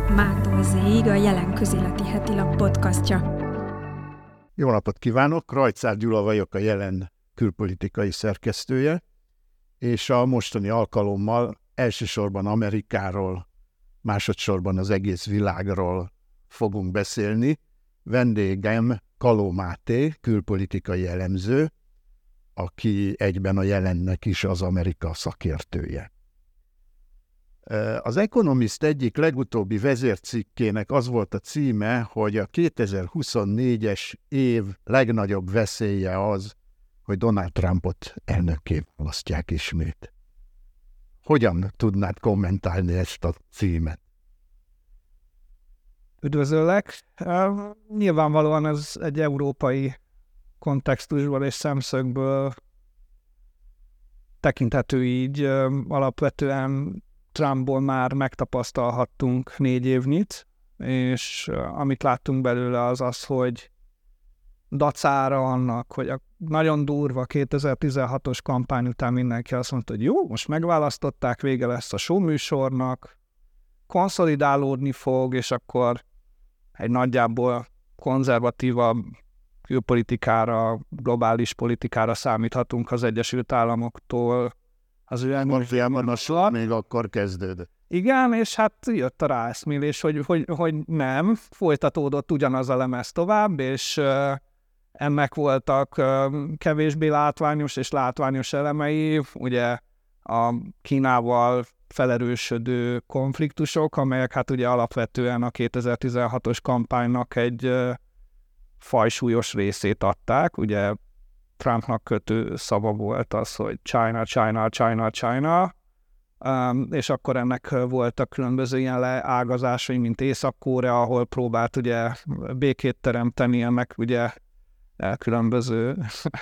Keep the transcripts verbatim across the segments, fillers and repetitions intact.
Mától Zéig, a Jelen Közéleti Hetilap podcastja. Jó napot kívánok! Rajczár Gyula vagyok, a Jelen külpolitikai szerkesztője, és a mostani alkalommal elsősorban Amerikáról, másodszorban az egész világról fogunk beszélni. Vendégem Kaló Máté, külpolitikai elemző, aki egyben a Jelennek is az Amerika szakértője. Az Economist egyik legutóbbi vezércikkének az volt a címe, hogy a kétezer-huszonnégyes év legnagyobb veszélye az, hogy Donald Trumpot elnökké választják ismét. Hogyan tudnád kommentálni ezt a címet? Üdvözöllek! Uh, nyilvánvalóan ez egy európai kontextusból és szemszögből tekinthető így. Uh, alapvetően Trumpból már megtapasztalhattunk négy évnyit, és uh, amit láttunk belőle az az, hogy dacára annak, hogy a nagyon durva kétezer-tizenhatos kampány után mindenki azt mondta, hogy jó, most megválasztották, vége lesz a show műsornak, konszolidálódni fog, és akkor egy nagyjából konzervatívabb külpolitikára, globális politikára számíthatunk az Egyesült Államoktól. Az ő Marfiában a sor még akkor kezdődött. Igen, és hát jött a ráeszmélés, hogy, hogy, hogy nem, folytatódott ugyanaz a lemez tovább, és uh, ennek voltak uh, kevésbé látványos és látványos elemei, ugye a Kínával felerősödő konfliktusok, amelyek hát ugye alapvetően a kétezer-tizenhatos kampánynak egy uh, fajsúlyos részét adták. Ugye Trumpnak kötő szava volt az, hogy China, China, China, China, um, és akkor ennek voltak különböző ilyen leágazásai, mint Észak-Korea, ahol próbált ugye békét teremteni, ennek ugye különböző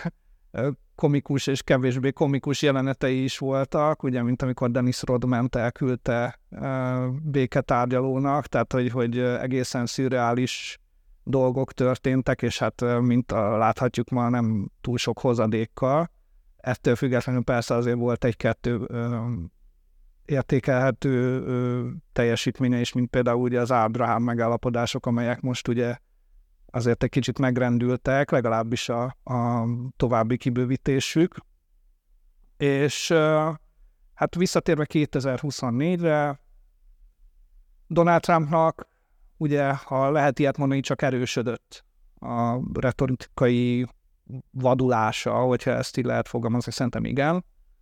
komikus és kevésbé komikus jelenetei is voltak, ugye, mint amikor Dennis Rodman elküldte uh, béketárgyalónak, tehát hogy, hogy egészen szürreális dolgok történtek, és hát mint a, láthatjuk ma nem túl sok hozadékkal. Ettől függetlenül persze azért volt egy-kettő ö, értékelhető ö, teljesítménye is, mint például ugye az Ábrahám megállapodások, amelyek most ugye azért egy kicsit megrendültek, legalábbis a, a további kibővítésük. És ö, hát visszatérve kétezer-huszonnégyre, Donald Trumpnak ugye, ha lehet ilyet mondani, csak erősödött a retorikai vadulása, hogyha ezt így lehet fogalmazni, szerintem igen.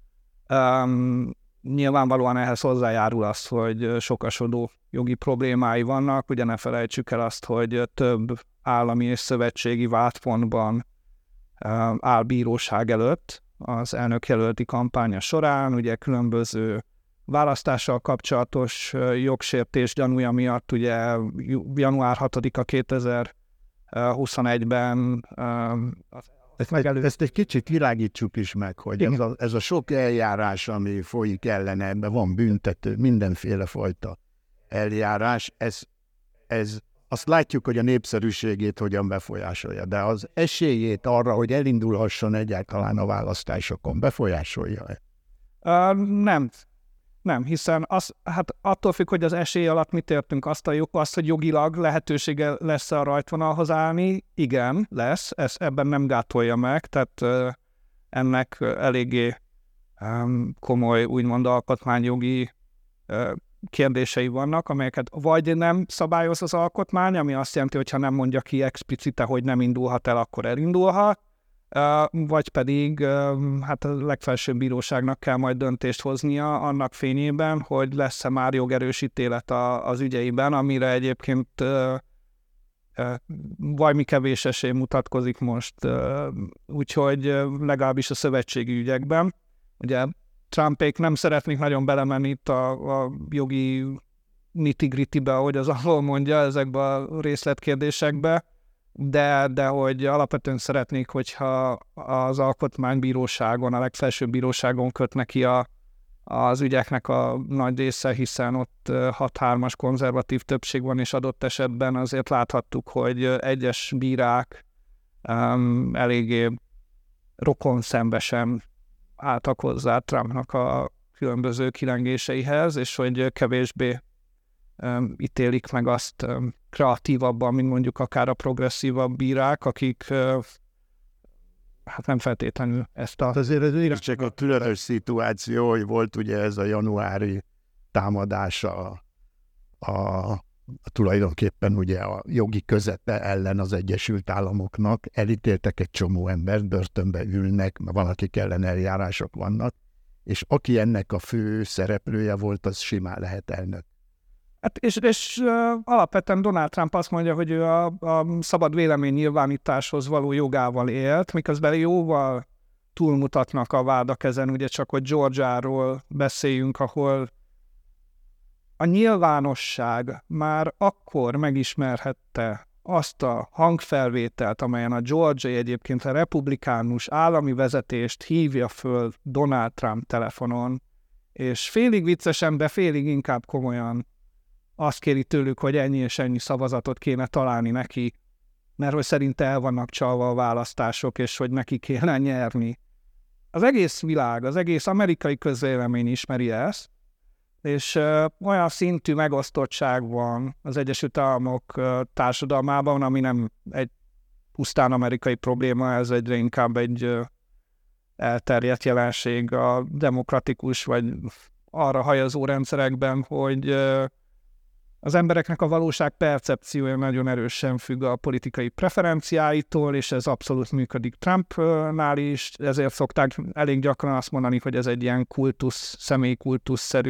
Um, nyilvánvalóan ehhez hozzájárul az, hogy sokasodó jogi problémái vannak, ugye ne felejtsük el azt, hogy több állami és szövetségi vádpontban um, áll bíróság előtt az elnökjelölti kampánya során, ugye különböző választással kapcsolatos jogsértés gyanúja miatt ugye január hatodika kétezer-huszonegyben ezt, megelő... ezt egy kicsit világítsuk is meg, hogy ez a, ez a sok eljárás, ami folyik ellene, ebben van büntető, mindenféle fajta eljárás, ez, ez azt látjuk, hogy a népszerűségét hogyan befolyásolja, de az esélyét arra, hogy elindulhasson egyáltalán a választásokon, befolyásolja-e? Uh, nem. Nem, hiszen az, hát attól függ, hogy az esély alatt mit értünk, azt, a, azt hogy jogilag lehetősége lesz a rajtvonalhoz állni, igen, lesz, ez ebben nem gátolja meg, tehát uh, ennek eléggé um, komoly, úgymond alkotmányjogi uh, kérdései vannak, amelyeket vagy nem szabályoz az alkotmány, ami azt jelenti, hogy ha nem mondja ki explicite, hogy nem indulhat el, akkor elindulhat, Uh, vagy pedig uh, hát a legfelsőbb bíróságnak kell majd döntést hoznia annak fényében, hogy lesz-e már jogerős ítélet a, az ügyeiben, amire egyébként uh, uh, valami kevés esély mutatkozik most, uh, úgyhogy uh, legalábbis a szövetségi ügyekben. Ugye Trumpék nem szeretnék nagyon belemenni itt a, a jogi nitty-grittybe, ahogy az angol mondja, ezekbe a részletkérdésekbe, De, de hogy alapvetően szeretnék, hogyha az alkotmánybíróságon, a legfelsőbb bíróságon kötne ki a, az ügyeknek a nagy része, hiszen ott hat-hármas konzervatív többség van, és adott esetben azért láthattuk, hogy egyes bírák um, eléggé rokonszembesen álltak hozzá Trumpnak a különböző kilengéseihez, és hogy kevésbé um, ítélik meg azt um, kreatívabban, mint mondjuk akár a progresszívabb bírák, akik uh, hát nem feltétlenül ezt a... Azért ez csak a különös szituáció, hogy volt ugye ez a januári támadása a, a tulajdonképpen ugye a jogi közete ellen az Egyesült Államoknak, elítéltek egy csomó embert, börtönbe ülnek, mert van, akik ellen eljárások vannak, és aki ennek a fő szereplője volt, az simán lehet elnök. Hát és, és uh, alapvetően Donald Trump azt mondja, hogy ő a, a szabad vélemény nyilvánításhoz való jogával élt, miközben jóval túlmutatnak a vádak ezen, ugye csak hogy Georgiáról beszéljünk, ahol a nyilvánosság már akkor megismerhette azt a hangfelvételt, amelyen a Georgiai egyébként a republikánus állami vezetést hívja föl Donald Trump telefonon, és félig viccesen, de félig inkább komolyan azt kéri tőlük, hogy ennyi és ennyi szavazatot kéne találni neki, mert hogy szerinte el vannak csalva a választások, és hogy neki kéne nyerni. Az egész világ, az egész amerikai közvélemény ismeri ezt, és uh, olyan szintű megosztottság van az Egyesült Államok uh, társadalmában, ami nem egy pusztán amerikai probléma, ez egyre inkább egy uh, elterjedt jelenség a demokratikus vagy arra hajazó rendszerekben, hogy uh, az embereknek a valóság percepciója nagyon erősen függ a politikai preferenciáitól, és ez abszolút működik Trumpnál is, ezért szokták elég gyakran azt mondani, hogy ez egy ilyen kultusz, személykultuszszerű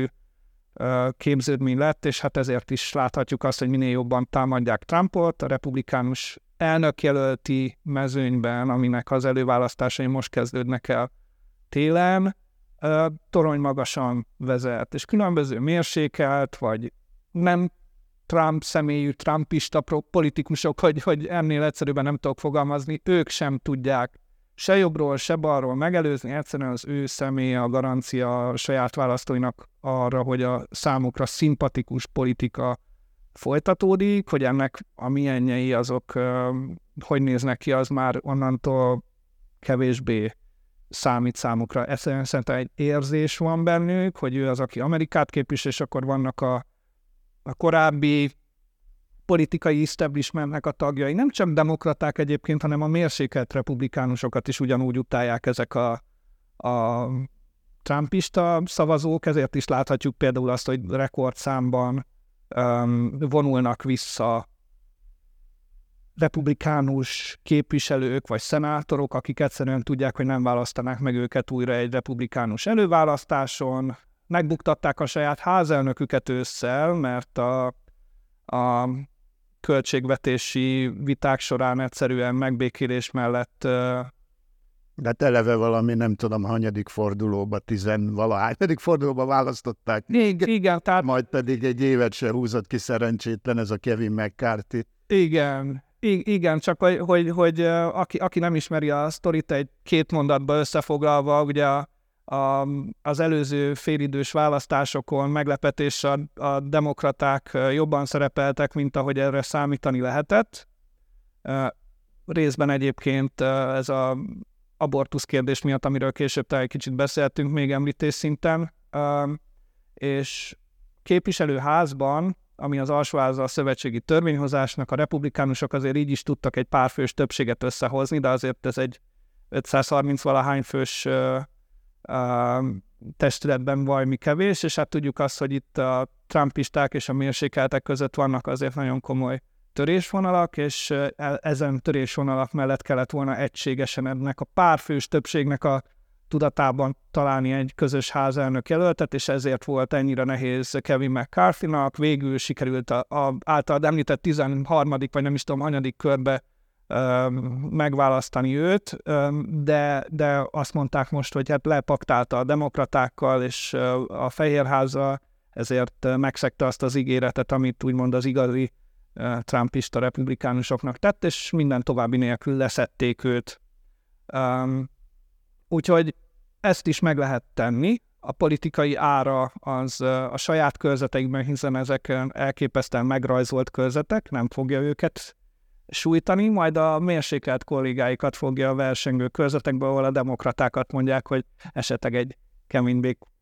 képződmény lett, és hát ezért is láthatjuk azt, hogy minél jobban támadják Trumpot, a republikánus elnökjelölti mezőnyben, aminek az előválasztásai most kezdődnek el télen, torony magasan vezet, és különböző mérsékelt, vagy nem Trump személyű, trumpista politikusok, hogy, hogy ennél egyszerűbben nem tudok fogalmazni, ők sem tudják se jobbról, se balról megelőzni, egyszerűen az ő személye a garancia a saját választóinak arra, hogy a számukra szimpatikus politika folytatódik, hogy ennek a milyenjei azok uh, hogy néznek ki, az már onnantól kevésbé számít számukra. Egyszerűen szerintem egy érzés van bennük, hogy ő az, aki Amerikát képvisel, és akkor vannak a, a korábbi politikai establishmentnek a tagjai, nem csak demokraták egyébként, hanem a mérsékelt republikánusokat is ugyanúgy utálják ezek a, a trumpista szavazók, ezért is láthatjuk például azt, hogy rekordszámban um, vonulnak vissza republikánus képviselők vagy szenátorok, akik egyszerűen tudják, hogy nem választanák meg őket újra egy republikánus előválasztáson, megbuktatták a saját házelnöküket ősszel, mert a, a költségvetési viták során egyszerűen megbékélés mellett... De hát eleve valami, nem tudom, hanyadik fordulóba, tizenvalahányadik fordulóba választották. Igen, igen, tehát... Majd pedig egy évet se húzott ki szerencsétlen ez a Kevin McCarthy. Igen, I- igen, csak hogy, hogy, hogy aki, aki nem ismeri a sztorit, egy két mondatba összefoglalva, ugye a, a, az előző félidős választásokon meglepetés a, a demokraták jobban szerepeltek, mint ahogy erre számítani lehetett. Részben egyébként ez a abortusz kérdés miatt, amiről később egy kicsit beszéltünk még említés szinten, és képviselőházban, ami az alsóháza a szövetségi törvényhozásnak, a republikánusok azért így is tudtak egy pár fős többséget összehozni, de azért ez egy ötszázharminc-valahány fős uh, uh, testületben valami kevés, és hát tudjuk azt, hogy itt a trumpisták és a mérsékeltek között vannak azért nagyon komoly törésvonalak, és ezen törésvonalak mellett kellett volna egységesen ennek a párfős többségnek a tudatában találni egy közös házelnök jelöltet, és ezért volt ennyire nehéz Kevin McCarthy-nak. Végül sikerült a, a általad említett tizenharmadik vagy nem is tudom, hanyadik körbe ö, megválasztani őt, ö, de, de azt mondták most, hogy hát lepaktálta a demokratákkal és ö, a Fehérházzal, ezért megszegte azt az ígéretet, amit úgymond az igazi trumpista republikánusoknak tett, és minden további nélkül leszették őt. Um, úgyhogy ezt is meg lehet tenni. A politikai ára az uh, a saját körzeteikben, hiszen ezek elképesztően megrajzolt körzetek, nem fogja őket sújtani, majd a mérsékelt kollégáikat fogja a versengő körzetekbe, ahol a demokratákat mondják, hogy esetleg egy Kevin,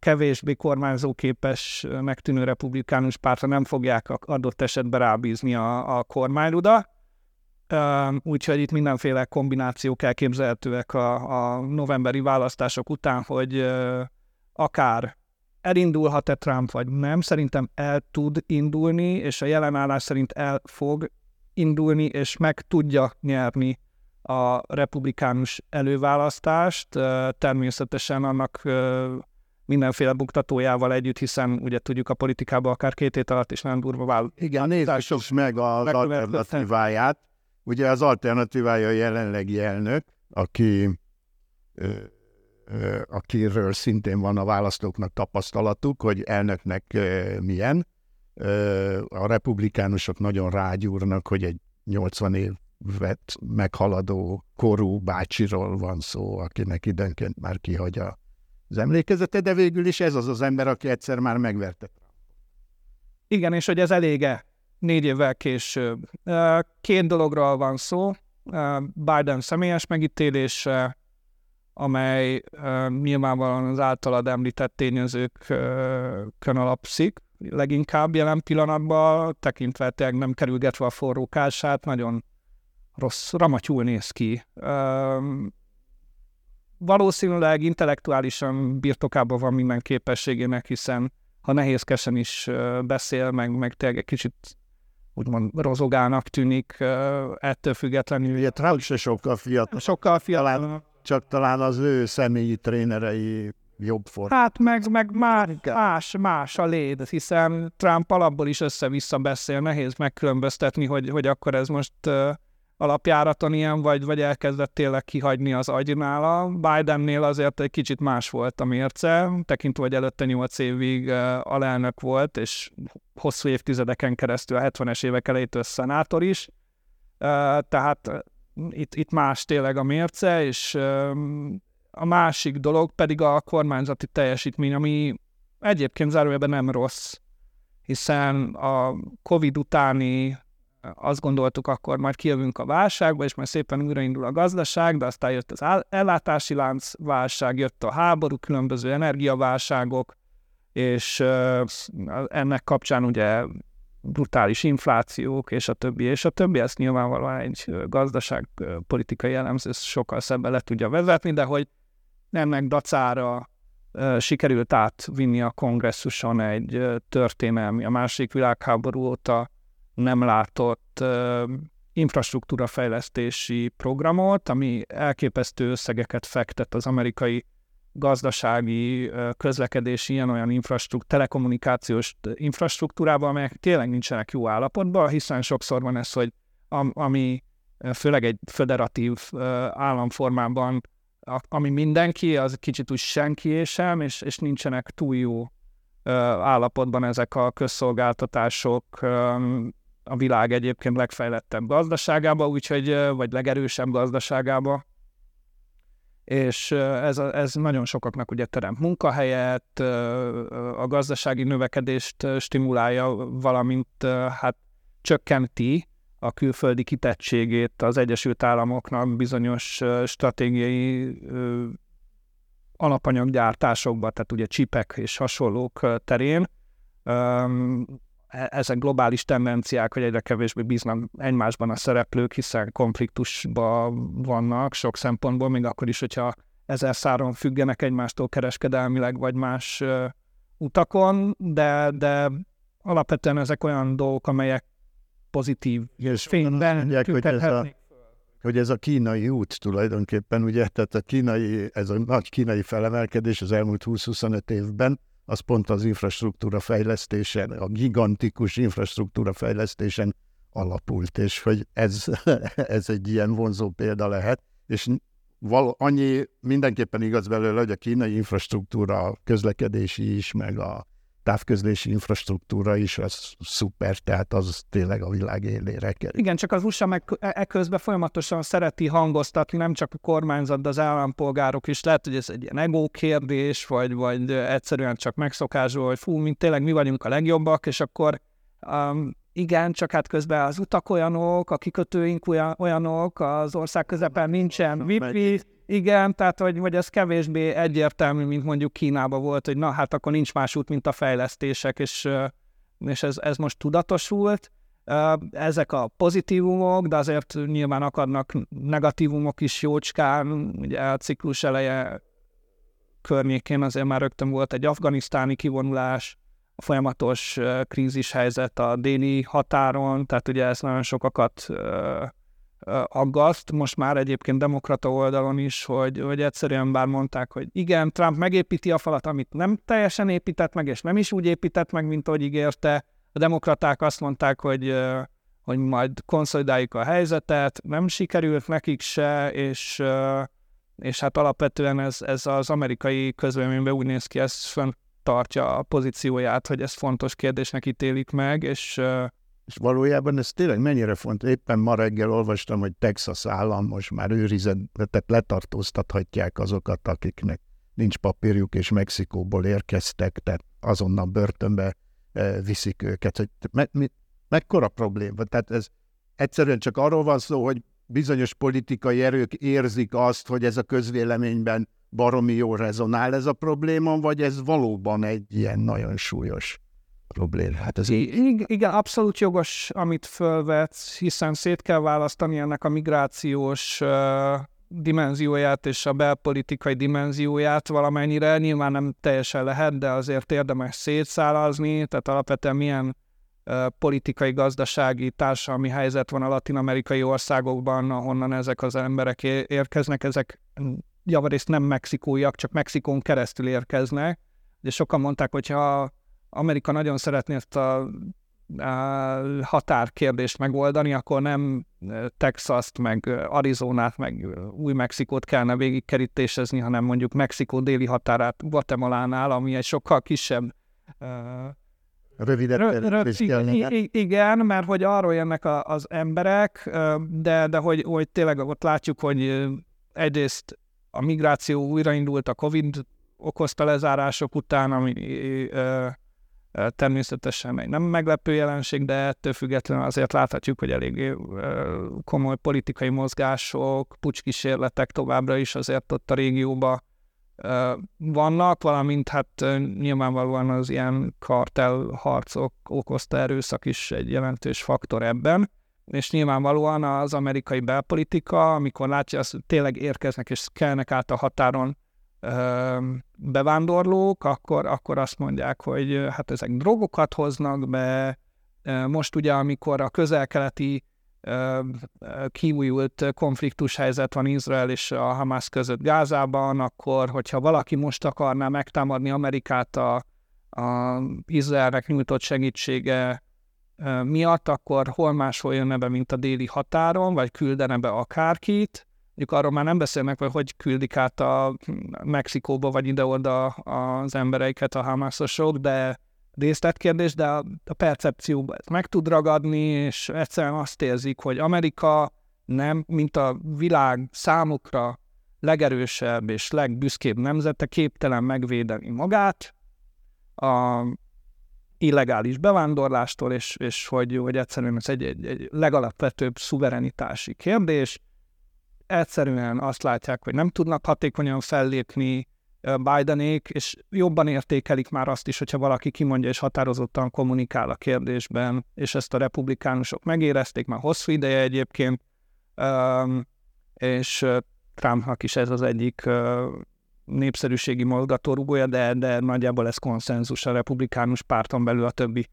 kevésbé kormányzóképesnek tűnő republikánus pártra nem fogják adott esetben rábízni a, a kormányruda. Úgyhogy itt mindenféle kombinációk elképzelhetőek a, a novemberi választások után, hogy akár elindulhat-e Trump, vagy nem. Szerintem el tud indulni, és a jelen állás szerint el fog indulni, és meg tudja nyerni a republikánus előválasztást. Természetesen annak mindenféle buktatójával együtt, hiszen ugye tudjuk, a politikában akár két hét alatt is nem durva vált. Igen, nézzük meg az alternatíváját. Ugye az alternatívája a jelenlegi elnök, aki, ö, ö, akiről szintén van a választóknak tapasztalatuk, hogy elnöknek ö, milyen. Ö, a republikánusok nagyon rágyúrnak, hogy egy nyolcvan évet meghaladó korú bácsiról van szó, akinek időnként már kihagyja az emlékezete, de végül is ez az az ember, aki egyszer már megverte. Igen, és hogy ez elége négy évvel később. Két dologról van szó. Biden személyes megítélése, amely nyilvánvalóan az általad említett tényezőkön alapszik, leginkább jelen pillanatban, tekintve tényleg nem kerülgetve a forró kását, nagyon rossz, ramatyul néz ki. Valószínűleg intellektuálisan birtokában van minden képességének, hiszen ha nehézkesen is beszél, meg, meg tényleg egy kicsit úgymond rozogának tűnik, ettől függetlenül. Ugye Trump se sokkal fiatal. Sokkal fiatal. Talán, csak talán az ő személyi trénerei jobb formában. Hát meg, meg már más, más a léd, hiszen Trump alapból is össze-vissza beszél, nehéz megkülönböztetni, hogy, hogy akkor ez most uh, alapjáraton ilyen, vagy, vagy elkezdett tényleg kihagyni az agy nála. Bidennél azért egy kicsit más volt a mérce, tekintve, hogy előtte nyolc évig uh, alelnök volt, és hosszú évtizedeken keresztül a hetvenes évek elejétől szenátor is. Uh, tehát uh, itt, itt más tényleg a mérce, és uh, a másik dolog pedig a kormányzati teljesítmény, ami egyébként zárójelben nem rossz, hiszen a Covid utáni azt gondoltuk, akkor majd kijövünk a válságba, és majd szépen újraindul a gazdaság, de aztán jött az ellátási lánc válság, jött a háború, különböző energiaválságok, és ennek kapcsán ugye brutális inflációk, és a többi, és a többi, ezt nyilvánvalóan egy gazdaságpolitikai elemző sokkal szebben le tudja vezetni, de hogy ennek dacára uh, sikerült átvinni a kongresszuson egy uh, történelmi, a második világháború óta nem látott uh, infrastruktúrafejlesztési programot, ami elképesztő összegeket fektet az amerikai gazdasági, uh, közlekedési, ilyen-olyan infrastruktúra, telekommunikációs infrastruktúrában, amelyek tényleg nincsenek jó állapotban, hiszen sokszor van ez, hogy am, ami főleg egy föderatív uh, államformában, ami mindenki, az kicsit úgy senki sem, és, és nincsenek túl jó uh, állapotban ezek a közszolgáltatások um, a világ egyébként legfejlettebb gazdaságába, úgyhogy, uh, vagy legerősebb gazdaságába. És uh, ez, a, ez nagyon sokaknak ugye teremt munkahelyet, uh, a gazdasági növekedést uh, stimulálja, valamint uh, hát csökkenti a külföldi kitettségét az Egyesült Államoknak bizonyos uh, stratégiai uh, alapanyaggyártásokban, tehát ugye csipek és hasonlók uh, terén. Um, ezek globális tendenciák, hogy egyre kevésbé bíznak egymásban a szereplők, hiszen konfliktusban vannak sok szempontból, még akkor is, hogyha ezer száron függenek egymástól kereskedelmileg vagy más uh, utakon, de, de alapvetően ezek olyan dolgok, amelyek pozitív és fényben hogy ez, a, hogy ez a kínai út tulajdonképpen, ugye, tehát a kínai, ez a nagy kínai felemelkedés az elmúlt húsz-huszonöt évben, az pont az infrastruktúra fejlesztésen, a gigantikus infrastruktúra fejlesztésen alapult, és hogy ez, ez egy ilyen vonzó példa lehet, és val- annyi mindenképpen igaz belőle, hogy a kínai infrastruktúra, a közlekedési is, meg a távközlési infrastruktúra is, az szuper, tehát az tényleg a világ élére kerül. Igen, csak az u es á meg eközben folyamatosan szereti hangoztatni, nem csak a kormányzat, de az állampolgárok is. Lehet, hogy ez egy ilyen ego kérdés, vagy, vagy egyszerűen csak megszokásból, hogy fú, mint tényleg mi vagyunk a legjobbak, és akkor um, igen, csak hát közben az utak olyanok, a kikötőink olyan, olyanok, az ország közepen nincsen wifi, igen, tehát hogy, hogy ez kevésbé egyértelmű, mint mondjuk Kínában volt, hogy na hát akkor nincs más út, mint a fejlesztések, és, és ez, ez most tudatosult. Ezek a pozitívumok, de azért nyilván akadnak negatívumok is jócskán, ugye a ciklus eleje környékén azért már rögtön volt egy afganisztáni kivonulás, a folyamatos krízishelyzet a déli határon, tehát ugye ez nagyon sokakat aggaszt, most már egyébként demokrata oldalon is, hogy, hogy egyszerűen bár mondták, hogy igen, Trump megépíti a falat, amit nem teljesen épített meg, és nem is úgy épített meg, mint ahogy ígérte. A demokraták azt mondták, hogy, hogy majd konszolidáljuk a helyzetet, nem sikerült nekik se, és, és hát alapvetően ez, ez az amerikai közvéleményben úgy néz ki, ez fenntartja a pozícióját, hogy ez fontos kérdésnek ítélik meg, és És valójában ez tényleg mennyire fontos. Éppen ma reggel olvastam, hogy Texas állam most már őrizetet letartóztathatják azokat, akiknek nincs papírjuk, és Mexikóból érkeztek, tehát azonnal börtönbe e, viszik őket. Hogy me, me, mekkora probléma? Tehát ez egyszerűen csak arról van szó, hogy bizonyos politikai erők érzik azt, hogy ez a közvéleményben baromi jól rezonál ez a probléma, vagy ez valóban egy ilyen nagyon súlyos probléma. Hát ez I- igen, abszolút jogos, amit fölvetsz, hiszen szét kell választani ennek a migrációs uh, dimenzióját és a belpolitikai dimenzióját valamennyire. Nyilván nem teljesen lehet, de azért érdemes szétszálazni, tehát alapvetően milyen uh, politikai, gazdasági, társadalmi helyzet van a latin-amerikai országokban, ahonnan ezek az emberek érkeznek, ezek javarészt nem mexikóiak, csak Mexikón keresztül érkeznek. De sokan mondták, hogyha Amerika nagyon szeretné ezt a, a határkérdést megoldani, akkor nem Texast, meg Arizonát, meg Új-Mexikót kellene végigkerítésezni, hanem mondjuk Mexikó déli határát Guatemalánál, ami egy sokkal kisebb... Uh, Rövidebb rö, rö, i, igen, mert hogy arról jönnek a, az emberek, de, de hogy, hogy tényleg ott látjuk, hogy egyrészt a migráció újraindult a Covid okozta lezárások után, ami... Uh, természetesen egy nem meglepő jelenség, de ettől függetlenül azért láthatjuk, hogy elég komoly politikai mozgások, pucskísérletek továbbra is azért ott a régióban vannak, valamint hát nyilvánvalóan az ilyen kartelharcok okozta erőszak is egy jelentős faktor ebben, és nyilvánvalóan az amerikai belpolitika, amikor látja, hogy tényleg érkeznek és kelnek át a határon bevándorlók, akkor, akkor azt mondják, hogy hát ezek drogokat hoznak be. Most ugye, amikor a közel-keleti kiújult konfliktus helyzet van Izrael és a Hamász között Gázában, akkor, hogyha valaki most akarná megtámadni Amerikát a, a Izraelnek nyújtott segítsége miatt, akkor hol máshol jönne be, mint a déli határon, vagy küldene be akárkit. Mondjuk arról már nem beszélnek, hogy hogy küldik át a Mexikóba, vagy ide-oda az embereiket a hamászosok, de részletkérdés, de a, a percepcióban meg tud ragadni, és egyszerűen azt érzik, hogy Amerika nem, mint a világ számukra legerősebb és legbüszkébb nemzete képtelen megvédeni magát a illegális bevándorlástól, és, és hogy, hogy egyszerűen ez egy, egy, egy legalapvetőbb szuverenitási kérdés. Egyszerűen azt látják, hogy nem tudnak hatékonyan fellépni Bidenék, és jobban értékelik már azt is, hogyha valaki kimondja és határozottan kommunikál a kérdésben, és ezt a republikánusok megérezték már hosszú ideje egyébként, és Trumpnak is ez az egyik népszerűségi mozgatórugója, de, de nagyjából ez konszenzus a republikánus párton belül, a többi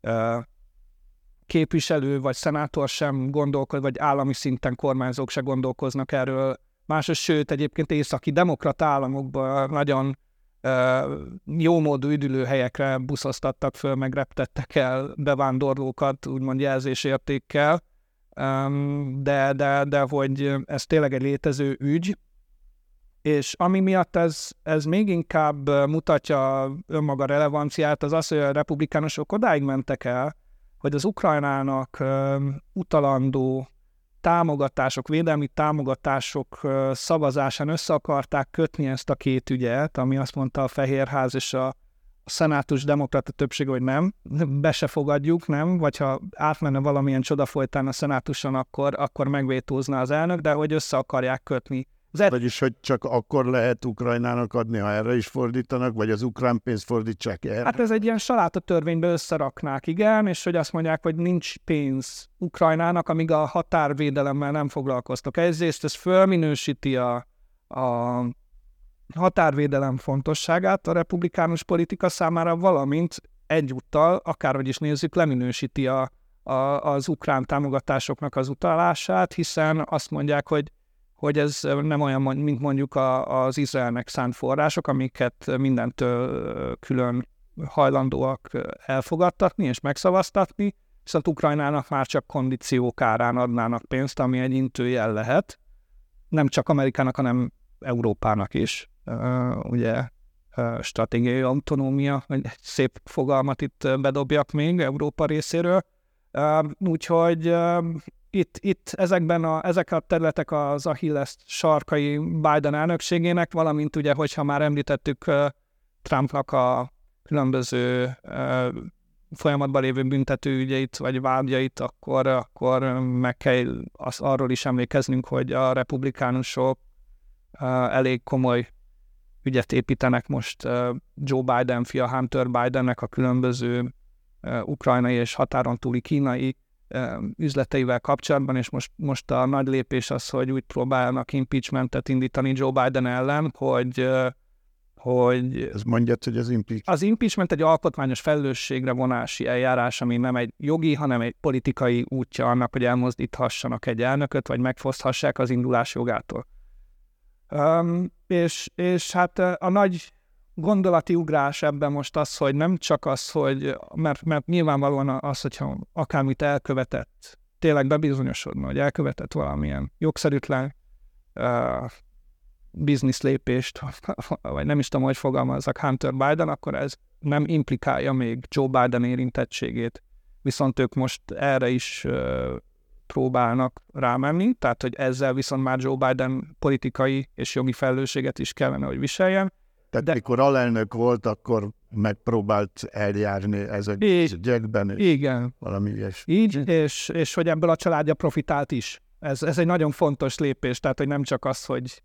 képviselő vagy szenátor sem gondolkoz, vagy állami szinten kormányzók se gondolkoznak erről. Másos, sőt, egyébként északi demokrata államokban nagyon uh, jómódú üdülőhelyekre buszoztattak föl, meg reptettek el bevándorlókat, úgymond jelzésértékkel, um, de, de, de hogy ez tényleg egy létező ügy, és ami miatt ez, ez még inkább mutatja önmaga relevanciát, az az, hogy a republikánusok odáig mentek el, hogy az Ukrajnának uh, utalandó támogatások, védelmi támogatások uh, szavazásán össze akarták kötni ezt a két ügyet, ami azt mondta a Fehérház és a, a szenátus demokrata többség, hogy nem, be se fogadjuk, nem, vagy ha átmenne valamilyen csoda folytán a szenátuson, akkor, akkor megvétózna az elnök, de hogy össze akarják kötni. et... Vagyis, hogy csak akkor lehet Ukrajnának adni, ha erre is fordítanak, vagy az ukrán pénzt fordítsák erre? Hát ez egy ilyen salátatörvénybe összeraknák, igen, és hogy azt mondják, hogy nincs pénz Ukrajnának, amíg a határvédelemmel nem foglalkoztok. Ezért ez fölminősíti a, a határvédelem fontosságát a republikánus politika számára, valamint egyúttal, akárhogy is nézzük, leminősíti a, a, az ukrán támogatásoknak az utalását, hiszen azt mondják, hogy, hogy ez nem olyan, mint mondjuk a, az Izraelnek szánt források, amiket mindentől külön hajlandóak elfogadtatni és megszavaztatni, viszont Ukrajnának már csak kondíciók árán adnának pénzt, ami egy intőjel lehet. Nem csak Amerikának, hanem Európának is. Uh, ugye uh, stratégiai autonómia, egy szép fogalmat itt bedobjak még Európa részéről. Uh, úgyhogy uh, itt, itt ezekben a, ezek a területek az Achilles sarkai Biden elnökségének, valamint ugye, hogyha már említettük uh, Trumpnak a különböző uh, folyamatban lévő büntetőügyeit vagy vágyait, akkor, akkor meg kell az, arról is emlékeznünk, hogy a republikánusok uh, elég komoly ügyet építenek most uh, Joe Biden fia Hunter Bidennek a különböző uh, ukrajnai és határon túli kínai uh, üzleteivel kapcsolatban, és most, most a nagy lépés az, hogy úgy próbálnak impeachmentet indítani Joe Biden ellen, hogy uh, hogy ez mondjad, hogy az impeachment. Az impeachment egy alkotmányos felelősségre vonási eljárás, ami nem egy jogi, hanem egy politikai útja annak, hogy elmozdíthassanak egy elnököt, vagy megfoszthassák az indulás jogától. Um, és, és hát a nagy gondolati ugrás ebben most az, hogy nem csak az, hogy, mert, mert nyilvánvalóan az, hogyha akármit elkövetett, tényleg bebizonyosodna, hogy elkövetett valamilyen jogszerűtlen uh, biznisz lépést, vagy nem is tudom, hogy fogalmazzak Hunter Biden, akkor ez nem implikálja még Joe Biden érintettségét. Viszont ők most erre is uh, próbálnak rámenni, tehát hogy ezzel viszont már Joe Biden politikai és jogi felelősséget is kellene, hogy viseljen. Tehát de... mikor alelnök volt, akkor megpróbált eljárni ez a ügyekben, és igen. valami ilyesmi. Így, és, és hogy ebből a családja profitált is. Ez, ez egy nagyon fontos lépés, tehát hogy nem csak az, hogy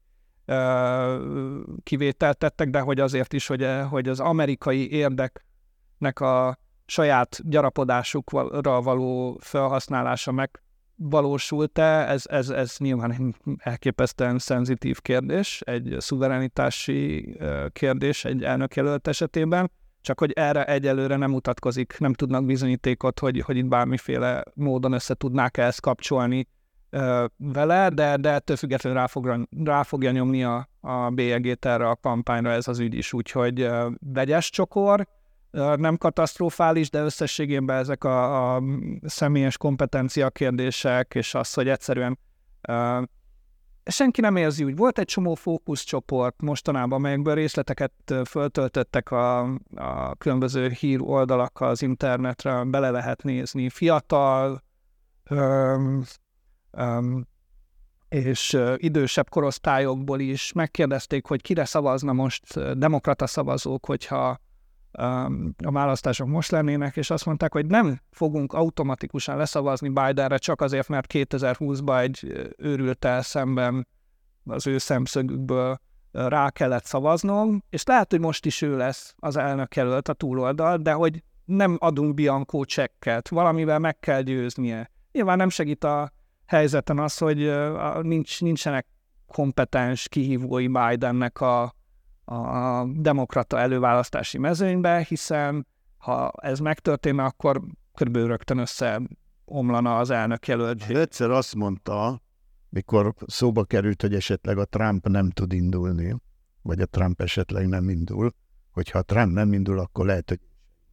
kivételt tettek, de hogy azért is, hogy, hogy az amerikai érdeknek a saját gyarapodásukra való felhasználása megvalósult-e, ez, ez, ez nyilván egy elképesztően szenzitív kérdés, egy szuverenitási kérdés egy elnökjelölt esetében, csak hogy erre egyelőre nem mutatkozik, nem tudnak bizonyítékot, hogy, hogy itt bármiféle módon össze tudnák ezt kapcsolni vele, de, de ettől függetlenül rá, fog, rá fogja nyomni a, a bélyegét erre a kampányra ez az ügy is, úgyhogy uh, vegyes csokor, uh, nem katasztrofális, de összességében ezek a, a személyes kompetencia kérdések, és az, hogy egyszerűen uh, senki nem érzi úgy. Volt egy csomó fókuszcsoport mostanában, amelyekből részleteket föltöltöttek a, a különböző hír oldalakkal az internetre, bele lehet nézni. Fiatal, um, Um, és uh, idősebb korosztályokból is megkérdezték, hogy kire szavazna most uh, demokrata szavazók, hogyha um, a választások most lennének, és azt mondták, hogy nem fogunk automatikusan leszavazni Bidenre csak azért, mert kétezer-húszban egy őrülttel szemben az ő szemszögükből uh, rá kellett szavaznom, és lehet, hogy most is ő lesz az elnök jelölt a túloldal, de hogy nem adunk bianco csekket, valamivel meg kell győznie. Nyilván nem segít a helyzeten az, hogy uh, nincs, nincsenek kompetens kihívói Bidennek a, a demokrata előválasztási mezőnybe, hiszen ha ez megtörténne, akkor körülbelül rögtön összeomlana az elnök jelöltség. Egyszer azt mondta, mikor szóba került, hogy esetleg a Trump nem tud indulni, vagy a Trump esetleg nem indul, hogyha a Trump nem indul, akkor lehet, hogy...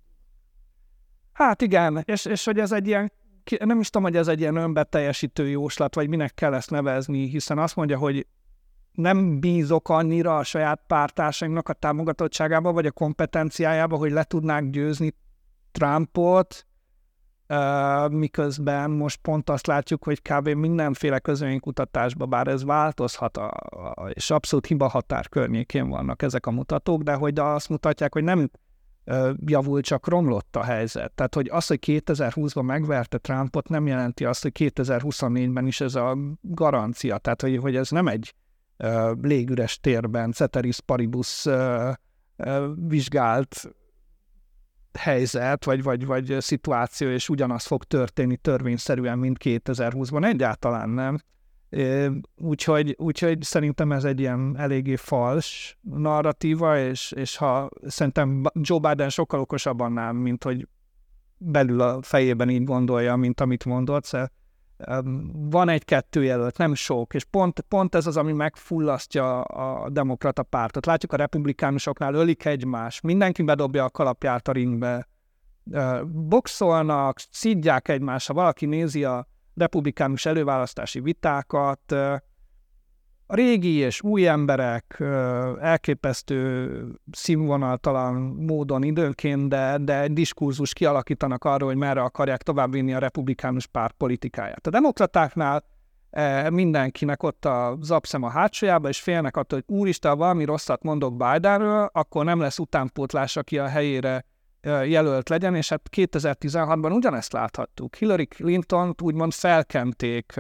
Hát igen, és, és hogy ez egy ilyen nem is tudom, hogy ez egy ilyen önbeteljesítő jóslat, vagy minek kell ezt nevezni, hiszen azt mondja, hogy nem bízok annyira a saját pártársaimnak a támogatottságába, vagy a kompetenciájába, hogy le tudnák győzni Trumpot, miközben most pont azt látjuk, hogy kb. Mindenféle közönkutatásban, bár ez változhat, a, a, és abszolút hibahatár környékén vannak ezek a mutatók, de hogy azt mutatják, hogy nem javul, csak romlott a helyzet. Tehát, hogy az, hogy kétezer-húszban megverte Trumpot, nem jelenti azt, hogy kétezer-huszonnégyben is ez a garancia. Tehát, hogy, hogy ez nem egy légüres térben, ceteris paribus vizsgált helyzet, vagy, vagy, vagy szituáció, és ugyanaz fog történni törvényszerűen, mint kétezer-húszban. Egyáltalán nem. Úgyhogy, úgyhogy szerintem ez egy ilyen eléggé fals narratíva, és, és ha szerintem Joe Biden sokkal okosabb annál, mint hogy belül a fejében így gondolja, mint amit mondott. Szóval van egy-kettő jelölt, nem sok, és pont, pont ez az, ami megfullasztja a demokrata pártot. Látjuk, a republikánusoknál ölik egymást, mindenki bedobja a kalapját a ringbe, boxolnak, szidják egymást, ha valaki nézi a republikánus előválasztási vitákat, a régi és új emberek elképesztő színvonaltalan módon időnként, de, de egy diskurzus kialakítanak arról, hogy merre akarják továbbvinni a republikánus párt politikáját. A demokratáknál mindenkinek ott a zapszem a hátsójába, és félnek attól, hogy úristen, valami rosszat mondok Bidenről, akkor nem lesz utánpótlás, aki a helyére jelölt legyen, és hát kétezer-tizenhatban ugyanezt láthattuk. Hillary Clintont úgymond felkenték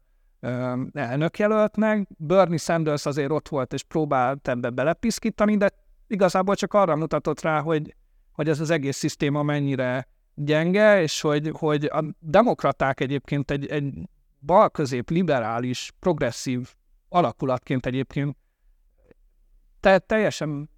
elnökjelöltnek, Bernie Sanders azért ott volt, és próbált ebbe belepiszkítani, de igazából csak arra mutatott rá, hogy, hogy ez az egész szisztéma mennyire gyenge, és hogy, hogy a demokraták egyébként egy, egy balközép, liberális, progresszív alakulatként egyébként te, teljesen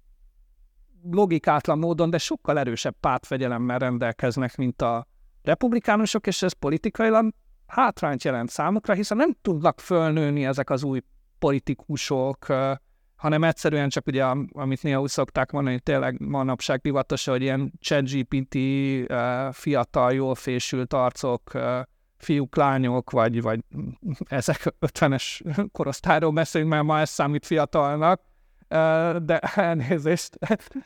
logikátlan módon, de sokkal erősebb pártfegyelemmel rendelkeznek, mint a republikánusok, és ez politikailag hátrányt jelent számukra, hiszen nem tudnak fölnőni ezek az új politikusok, hanem egyszerűen csak ugye, amit néha úgy szokták mondani, hogy tényleg manapság divatos, hogy ilyen ChatGPT, fiatal, jól fésült arcok, fiúk, lányok, vagy, vagy ezek ötvenes korosztályról beszélünk, mert ma ez számít fiatalnak, de elnézést,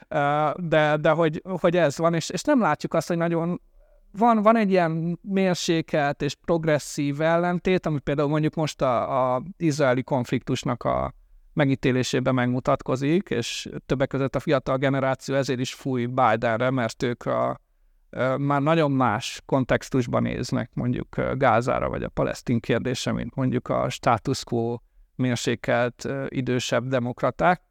de, de hogy, hogy ez van, és, és nem látjuk azt, hogy nagyon van, van egy ilyen mérsékelt és progresszív ellentét, ami például mondjuk most a, a izraeli konfliktusnak a megítélésében megmutatkozik, és többek között a fiatal generáció ezért is fúj Bidenre, mert ők a, a, már nagyon más kontextusban néznek mondjuk Gázára, vagy a palesztin kérdésre, mint mondjuk a status quo mérsékelt idősebb demokraták.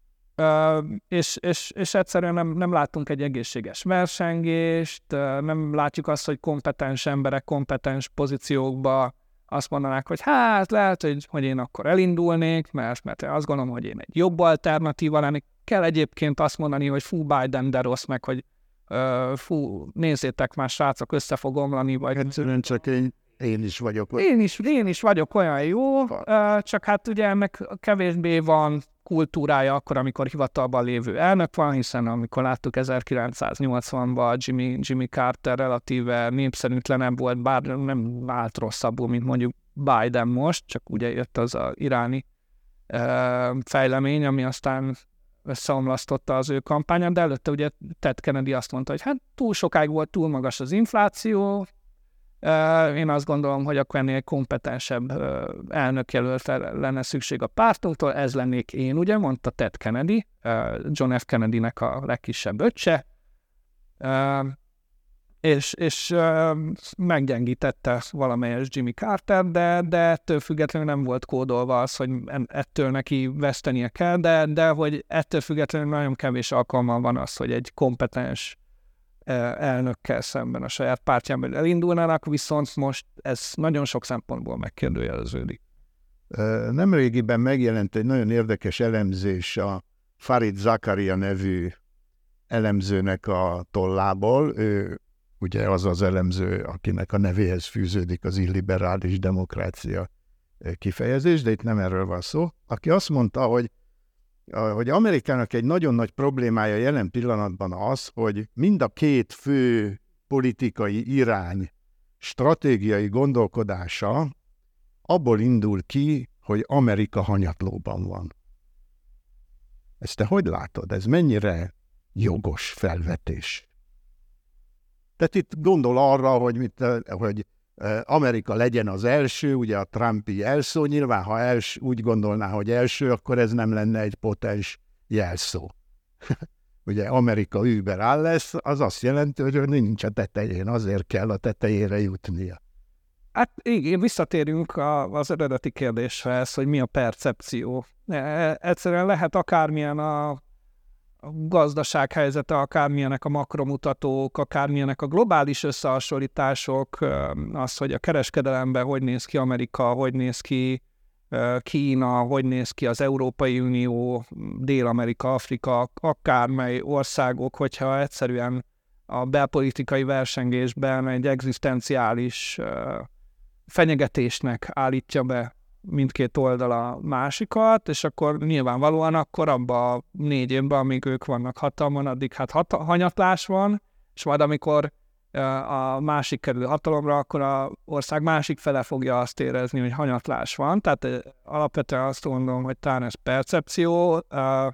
Uh, és, és, és egyszerűen nem, nem látunk egy egészséges versengést, uh, nem látjuk azt, hogy kompetens emberek kompetens pozíciókba azt mondanák, hogy hát lehet, hogy, hogy én akkor elindulnék, mert, mert azt gondolom, hogy én egy jobb alternatíva lennék. Kell egyébként azt mondani, hogy fú, Biden de rossz, meg hogy uh, fú, nézzétek már srácok, össze fog omlani, vagy... Egyszerűen csak én, én is vagyok. Én is, én is vagyok olyan jó, uh, csak hát ugye ennek kevésbé van kultúrája akkor, amikor hivatalban lévő elnök van, hiszen amikor láttuk ezerkilencszáznyolcvanban Jimmy, Jimmy Carter relatíve népszerűtlenebb volt, bár nem vált rosszabbul, mint mondjuk Biden most, csak ugye jött az az iráni uh, fejlemény, ami aztán összeomlasztotta az ő kampányát, de előtte ugye Ted Kennedy azt mondta, hogy hát túl sokáig volt, túl magas az infláció. Uh, én azt gondolom, hogy akkor ennél kompetensebb uh, elnökjelöltre lenne szükség a pártunktól, ez lennék én, ugye, mondta Ted Kennedy, uh, John F. Kennedynek a legkisebb öccse, uh, és, és uh, meggyengítette valamelyes Jimmy Carter, de, de ettől függetlenül nem volt kódolva az, hogy ettől neki vesztenie kell, de, de hogy ettől függetlenül nagyon kevés alkalma van az, hogy egy kompetens elnökkel szemben a saját pártjában elindulnának, viszont most ez nagyon sok szempontból megkérdőjeleződik. Nemrégiben megjelent egy nagyon érdekes elemzés a Farid Zakaria nevű elemzőnek a tollából. Ő ugye az az elemző, akinek a nevéhez fűződik az illiberális demokrácia kifejezés, de itt nem erről van szó. Aki azt mondta, hogy hogy Amerikának egy nagyon nagy problémája jelen pillanatban az, hogy mind a két fő politikai irány stratégiai gondolkodása abból indul ki, hogy Amerika hanyatlóban van. Ezt te hogy látod? Ez mennyire jogos felvetés? Tehát itt gondol arra, hogy, mit, hogy Amerika legyen az első, ugye a Trumpi jelszó, nyilván ha els, úgy gondolná, hogy első, akkor ez nem lenne egy potens jelszó. Ugye Amerika überáll lesz, az azt jelenti, hogy nincs a tetején, azért kell a tetejére jutnia. Hát igen, visszatérünk a, az eredeti kérdéshez, hogy mi a percepció. Egyszerűen lehet akármilyen a, a gazdasághelyzete, akármilyenek a makromutatók, akármilyenek a globális összehasonlítások, az, hogy a kereskedelemben hogy néz ki Amerika, hogy néz ki Kína, hogy néz ki az Európai Unió, Dél-Amerika, Afrika, akármely országok, hogyha egyszerűen a belpolitikai versengésben egy egzisztenciális fenyegetésnek állítja be mindkét oldal a másikat, és akkor nyilvánvalóan akkor abban a négy évben, amíg ők vannak hatalmon, addig hát hat- hanyatlás van, és majd amikor a másik kerül hatalomra, akkor az ország másik fele fogja azt érezni, hogy hanyatlás van. Tehát alapvetően azt gondolom, hogy talán ez percepció,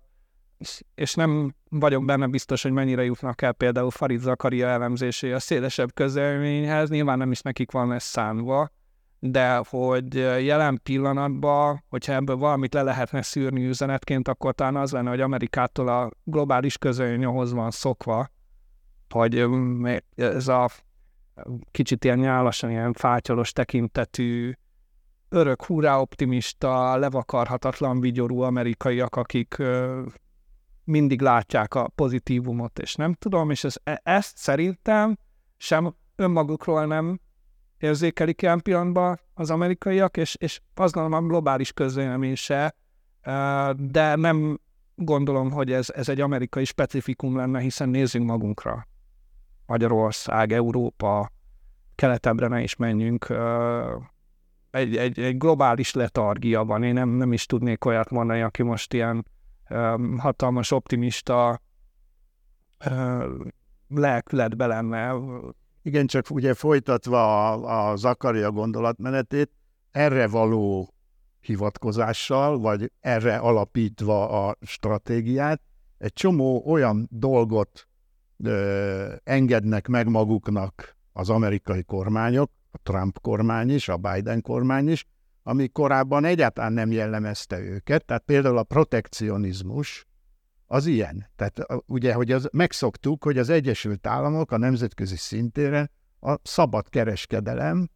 és nem vagyok benne biztos, hogy mennyire jutnak el például Farid Zakaria elemzésé a szélesebb közvéleményhez, nyilván nem is nekik van ez szánva, de hogy jelen pillanatban, hogyha ebből valamit le lehetne szűrni üzenetként, akkor talán az lenne, hogy Amerikától a globális közvélemény ahhoz van szokva, hogy ez a kicsit ilyen nyálasan, ilyen fátyolos tekintetű, örök, hurrá optimista, levakarhatatlan vigyorú amerikaiak, akik mindig látják a pozitívumot, és nem tudom, és ez, ezt szerintem sem önmagukról nem érzékelik ilyen pillanatban az amerikaiak, és, és azt gondolom a globális közvélemény se, de nem gondolom, hogy ez, ez egy amerikai specifikum lenne, hiszen nézzünk magunkra. Magyarország, Európa, keletebbre ne is menjünk. Egy, egy, egy globális letargia van. Én nem, nem is tudnék olyat mondani, aki most ilyen um, hatalmas optimista uh, lelkületbe lenne. Igen, csak ugye folytatva a, a Zakaria gondolatmenetét, erre való hivatkozással, vagy erre alapítva a stratégiát, egy csomó olyan dolgot ö, engednek meg maguknak az amerikai kormányok, a Trump kormány is, a Biden kormány is, ami korábban egyáltalán nem jellemezte őket, tehát például a protekcionizmus az ilyen. Tehát ugye, hogy az, megszoktuk, hogy az Egyesült Államok a nemzetközi szintéren a szabad kereskedelem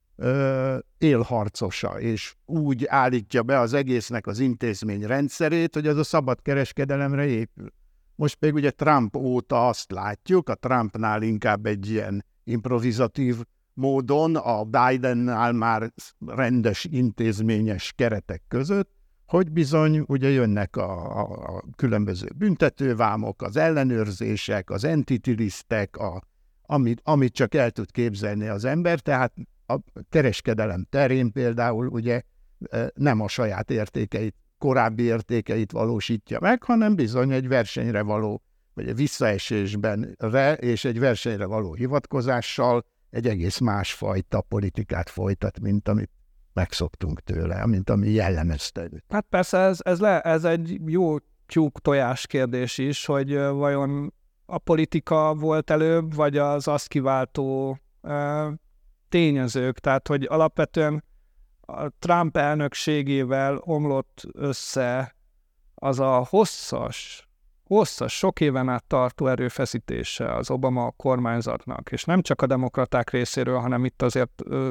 ö, élharcosa, és úgy állítja be az egésznek az intézmény rendszerét, hogy az a szabad kereskedelemre épül. Most pedig ugye Trump óta azt látjuk, a Trumpnál inkább egy ilyen improvizatív módon, a Bidennál már rendes intézményes keretek között, hogy bizony ugye jönnek a, a, a különböző büntetővámok, az ellenőrzések, az entity listek, a, amit, amit csak el tud képzelni az ember, tehát a kereskedelem terén például ugye nem a saját értékeit, korábbi értékeit valósítja meg, hanem bizony egy versenyre való, vagy egy visszaesésben re, és egy versenyre való hivatkozással egy egész másfajta politikát folytat, mint amit megszoktunk tőle, mint ami jellemezte. Hát persze ez, ez, le, ez egy jó tyúk-tojás kérdés is, hogy vajon a politika volt előbb, vagy az azt kiváltó uh, tényezők. Tehát, hogy alapvetően a Trump elnökségével omlott össze az a hosszas, hosszas, sok éven át tartó erőfeszítése az Obama kormányzatnak, és nem csak a demokraták részéről, hanem itt azért uh,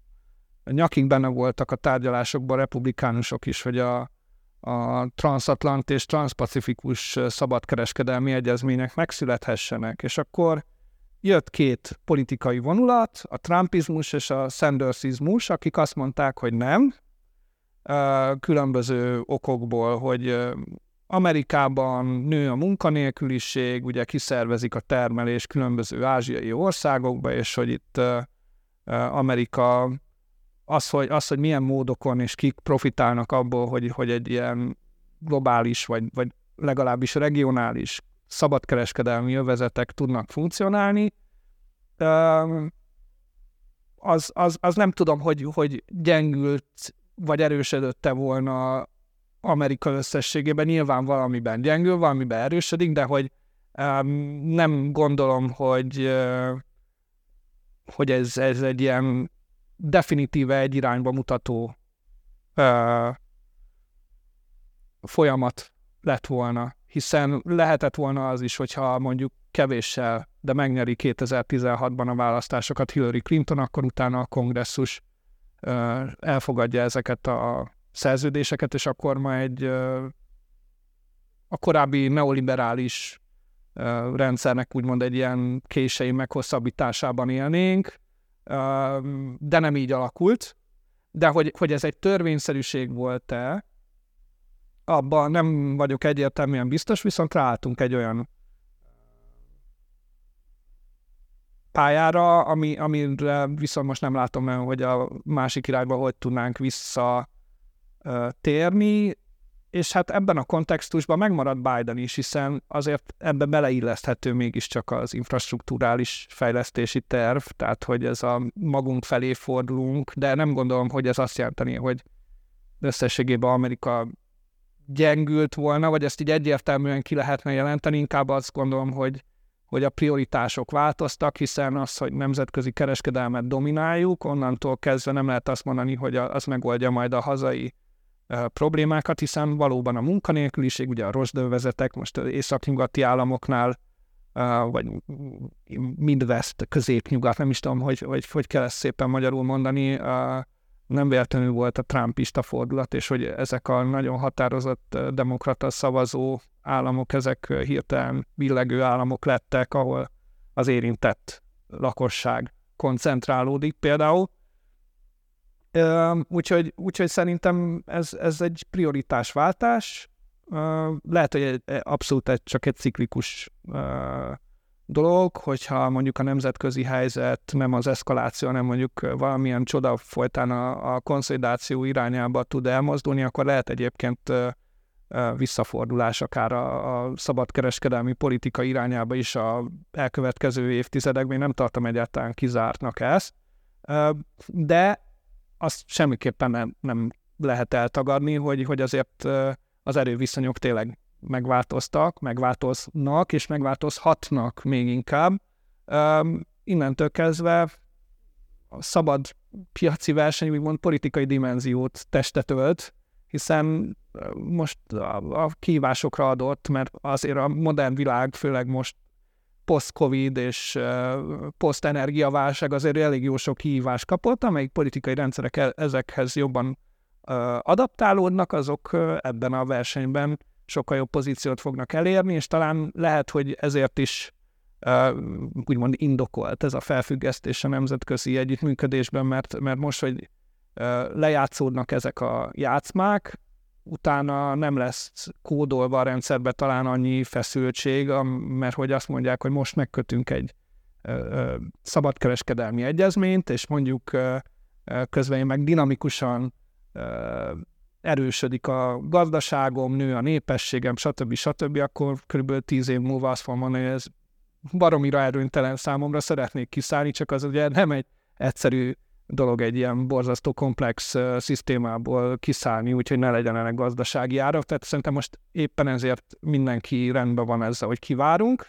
nyakig benne voltak a tárgyalásokban republikánusok is, hogy a, a transatlant és transpacifikus szabadkereskedelmi egyezmények megszülethessenek, és akkor jött két politikai vonulat, a trumpizmus és a sandersizmus, akik azt mondták, hogy nem, különböző okokból, hogy Amerikában nő a munkanélküliség, ugye kiszervezik a termelés különböző ázsiai országokba, és hogy itt Amerika az, hogy, az, hogy milyen módokon és kik profitálnak abból, hogy, hogy egy ilyen globális, vagy, vagy legalábbis regionális szabadkereskedelmi övezetek tudnak funkcionálni, az, az, az nem tudom, hogy, hogy gyengült, vagy erősödötte volna Amerika összességében. Nyilván valamiben gyengül, valamiben erősödik, de hogy nem gondolom, hogy, hogy ez, ez egy ilyen definitíve egy irányba mutató uh, folyamat lett volna, hiszen lehetett volna az is, hogyha mondjuk kevéssel, de megnyeri kétezer-tizenhatban a választásokat Hillary Clinton, akkor utána a kongresszus elfogadja ezeket a szerződéseket, és akkor majd a korábbi neoliberális rendszernek úgymond egy ilyen kései meghosszabbításában élnénk, de nem így alakult. De hogy, hogy ez egy törvényszerűség volt-e, abban nem vagyok egyértelműen biztos, viszont ráálltunk egy olyan pályára, ami, amire viszont most nem látom, hogy a másik irányba hogy tudnánk visszatérni, és hát ebben a kontextusban megmarad Biden is, hiszen azért ebbe beleilleszthető mégiscsak az infrastrukturális fejlesztési terv, tehát hogy ez a magunk felé fordulunk, de nem gondolom, hogy ez azt jelenteni, hogy összességében Amerika gyengült volna, vagy ezt így egyértelműen ki lehetne jelenteni, inkább azt gondolom, hogy, hogy a prioritások változtak, hiszen az, hogy nemzetközi kereskedelmet domináljuk, onnantól kezdve nem lehet azt mondani, hogy az megoldja majd a hazai uh, problémákat, hiszen valóban a munkanélküliség, ugye a rozsdövezetek most az északnyugati államoknál, uh, vagy Midwest, középnyugat, nem is tudom, hogy, hogy, hogy kell ezt szépen magyarul mondani, uh, nem véletlenül volt a trumpista fordulat, és hogy ezek a nagyon határozott demokrata szavazó államok, ezek hirtelen billegő államok lettek, ahol az érintett lakosság koncentrálódik például. Úgyhogy, úgyhogy szerintem ez, ez egy prioritásváltás. Lehet, hogy egy, abszolút egy, csak egy ciklikus dolog, hogyha mondjuk a nemzetközi helyzet nem az eszkaláció, hanem mondjuk valamilyen csoda folytán a, a konszolidáció irányába tud elmozdulni, akkor lehet egyébként visszafordulás akár a, a szabadkereskedelmi politika irányába is a elkövetkező évtizedekben. Én nem tartom egyáltalán kizártnak ezt, de azt semmiképpen nem, nem lehet eltagadni, hogy, hogy azért az erőviszonyok tényleg megváltoztak, megváltoznak, és megváltozhatnak még inkább. Um, innentől kezdve a szabad piaci verseny úgymond politikai dimenziót testet ölt, hiszen most a, a kihívásokra adott, mert azért a modern világ, főleg most post-covid és uh, post-energiaválság azért elég jó sok kihívást kapott, amelyik politikai rendszerek ezekhez jobban uh, adaptálódnak, azok uh, ebben a versenyben sokkal jobb pozíciót fognak elérni, és talán lehet, hogy ezért is uh, úgymond indokolt ez a felfüggesztés a nemzetközi együttműködésben, mert, mert most, hogy uh, lejátszódnak ezek a játszmák, utána nem lesz kódolva a rendszerbe talán annyi feszültség, mert hogy azt mondják, hogy most megkötünk egy uh, uh, szabadkereskedelmi egyezményt, és mondjuk uh, közben én meg dinamikusan uh, erősödik a gazdaságom, nő a népességem, stb. stb., akkor körülbelül tíz év múlva azt fogom mondani, hogy ez baromira erőntelen számomra, szeretnék kiszállni, csak az ugye nem egy egyszerű dolog egy ilyen borzasztó komplex uh, szisztémából kiszállni, úgyhogy ne legyen ennek gazdasági ára. Tehát szerintem most éppen ezért mindenki rendben van ezzel, hogy kivárunk.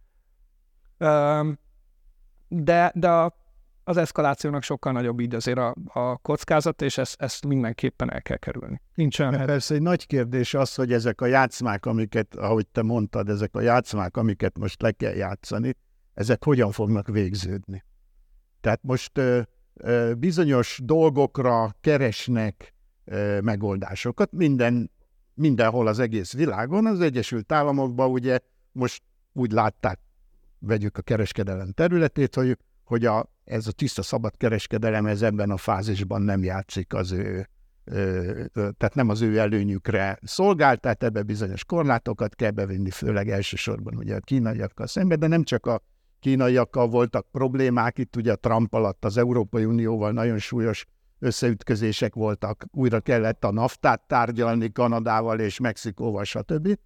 Uh, de, de a az eszkalációnak sokkal nagyobb így azért a, a kockázat, és ezt, ezt mindenképpen el kell kerülni. Nincs olyan. Persze egy nagy kérdés az, hogy ezek a játszmák, amiket, ahogy te mondtad, ezek a játszmák, amiket most le kell játszani, ezek hogyan fognak végződni. Tehát most ö, ö, bizonyos dolgokra keresnek ö, megoldásokat, minden, mindenhol az egész világon, az Egyesült Államokban ugye most úgy látták, vegyük a kereskedelem területét, hogy, hogy a ez a tiszta szabad kereskedelem, ez ebben a fázisban nem játszik az ő, ö, ö, tehát nem az ő előnyükre szolgál, tehát ebbe bizonyos korlátokat kell bevinni, főleg elsősorban ugye a kínaiakkal szemben, de nem csak a kínaiakkal voltak problémák, itt ugye a Trump alatt az Európai Unióval nagyon súlyos összeütközések voltak, újra kellett a naftát tárgyalni Kanadával és Mexikóval, stb.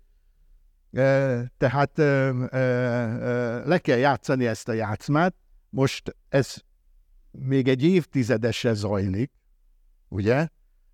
Tehát le kell játszani ezt a játszmát. Most ez még egy évtizedesre zajlik, ugye?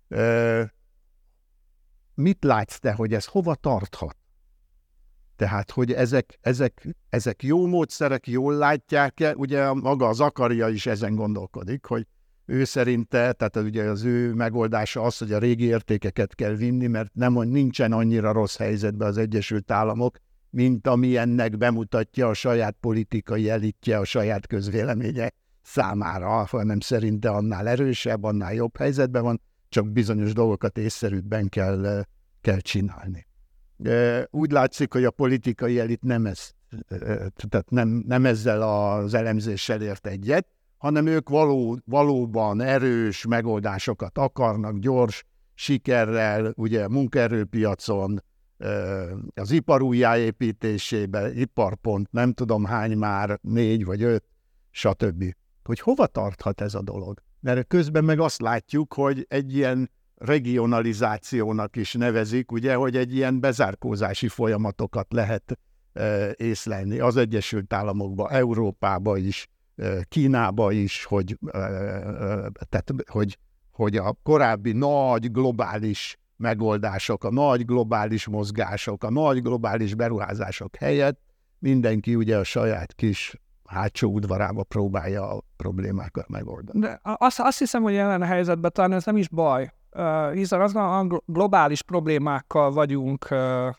Mit látsz te, hogy ez hova tarthat? Tehát, hogy ezek, ezek, ezek jó módszerek, jól látják-e? Ugye maga az Zakaria is ezen gondolkodik, hogy ő szerinte, tehát ugye az ő megoldása az, hogy a régi értékeket kell vinni, mert nem, nincsen annyira rossz helyzetben az Egyesült Államok, mint ami ennek bemutatja a saját politikai elitje, a saját közvéleménye számára, hanem szerinte annál erősebb, annál jobb helyzetben van, csak bizonyos dolgokat észszerűbben kell, kell csinálni. Úgy látszik, hogy a politikai elit nem, ez, tehát nem, nem ezzel az elemzéssel ért egyet, hanem ők való, valóban erős megoldásokat akarnak, gyors sikerrel, ugye munkaerőpiacon, az ipar újjáépítésében, iparpont, nem tudom hány már, négy vagy öt, stb. Hogy hova tarthat ez a dolog? Mert közben meg azt látjuk, hogy egy ilyen regionalizációnak is nevezik, ugye, hogy egy ilyen bezárkózási folyamatokat lehet e, észlelni az Egyesült Államokba, Európába is, e, Kínába is, hogy, e, e, tehát, hogy, hogy a korábbi nagy globális megoldások, a nagy globális mozgások, a nagy globális beruházások helyett mindenki ugye a saját kis hátsó udvarába próbálja a problémákat megoldani. De azt, azt hiszem, hogy jelen helyzetben talán ez nem is baj, uh, hiszen az a globális problémákkal vagyunk uh,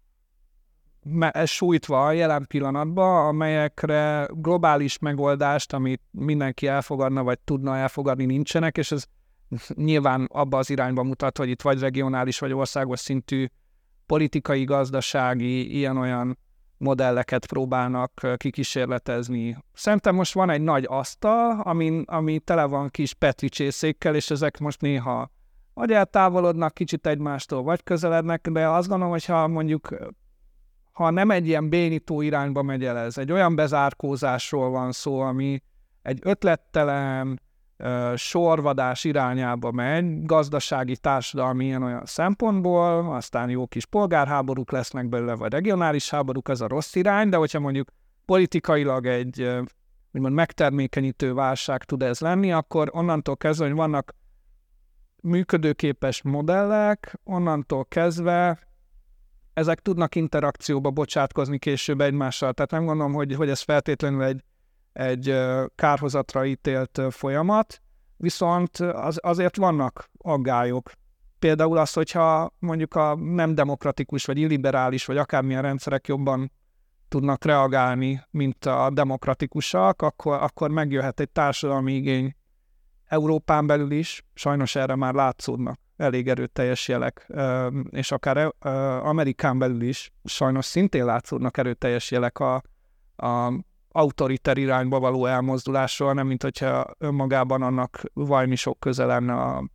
me- sújtva jelen pillanatban, amelyekre globális megoldást, amit mindenki elfogadna, vagy tudna elfogadni, nincsenek, és ez nyilván abba az irányba mutat, hogy itt vagy regionális, vagy országos szintű politikai, gazdasági, ilyen-olyan modelleket próbálnak kikísérletezni. Szerintem most van egy nagy asztal, ami, ami tele van kis petri csészékkel, és ezek most néha vagy eltávolodnak kicsit egymástól, vagy közelednek, de azt gondolom, hogy ha mondjuk ha nem egy ilyen bénító irányba megy el ez, egy olyan bezárkózásról van szó, ami egy ötlettelen, sorvadás irányába megy, gazdasági, társadalmi ilyen-olyan szempontból, aztán jó kis polgárháborúk lesznek belőle, vagy regionális háborúk, ez a rossz irány, de hogyha mondjuk politikailag egy úgymond megtermékenyítő válság tud ez lenni, akkor onnantól kezdve, hogy vannak működőképes modellek, onnantól kezdve ezek tudnak interakcióba bocsátkozni később egymással. Tehát nem gondolom, hogy, hogy ez feltétlenül egy egy kárhozatra ítélt folyamat, viszont az, azért vannak aggályok. Például az, hogyha mondjuk a nem demokratikus, vagy illiberális, vagy akármilyen rendszerek jobban tudnak reagálni, mint a demokratikusak, akkor, akkor megjöhet egy társadalmi igény Európán belül is, sajnos erre már látszódnak elég erőteljes jelek, és akár Amerikán belül is sajnos szintén látszódnak erőteljes jelek a, a autoriter irányba való elmozdulásról, nem mint hogyha önmagában annak valami sok köze lenne a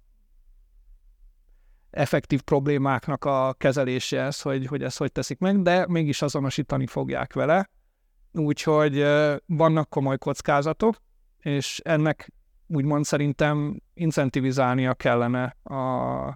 effektív problémáknak a kezeléséhez, hogy, hogy ezt hogy teszik meg, de mégis azonosítani fogják vele. Úgyhogy vannak komoly kockázatok, és ennek úgymond szerintem incentivizálnia kellene a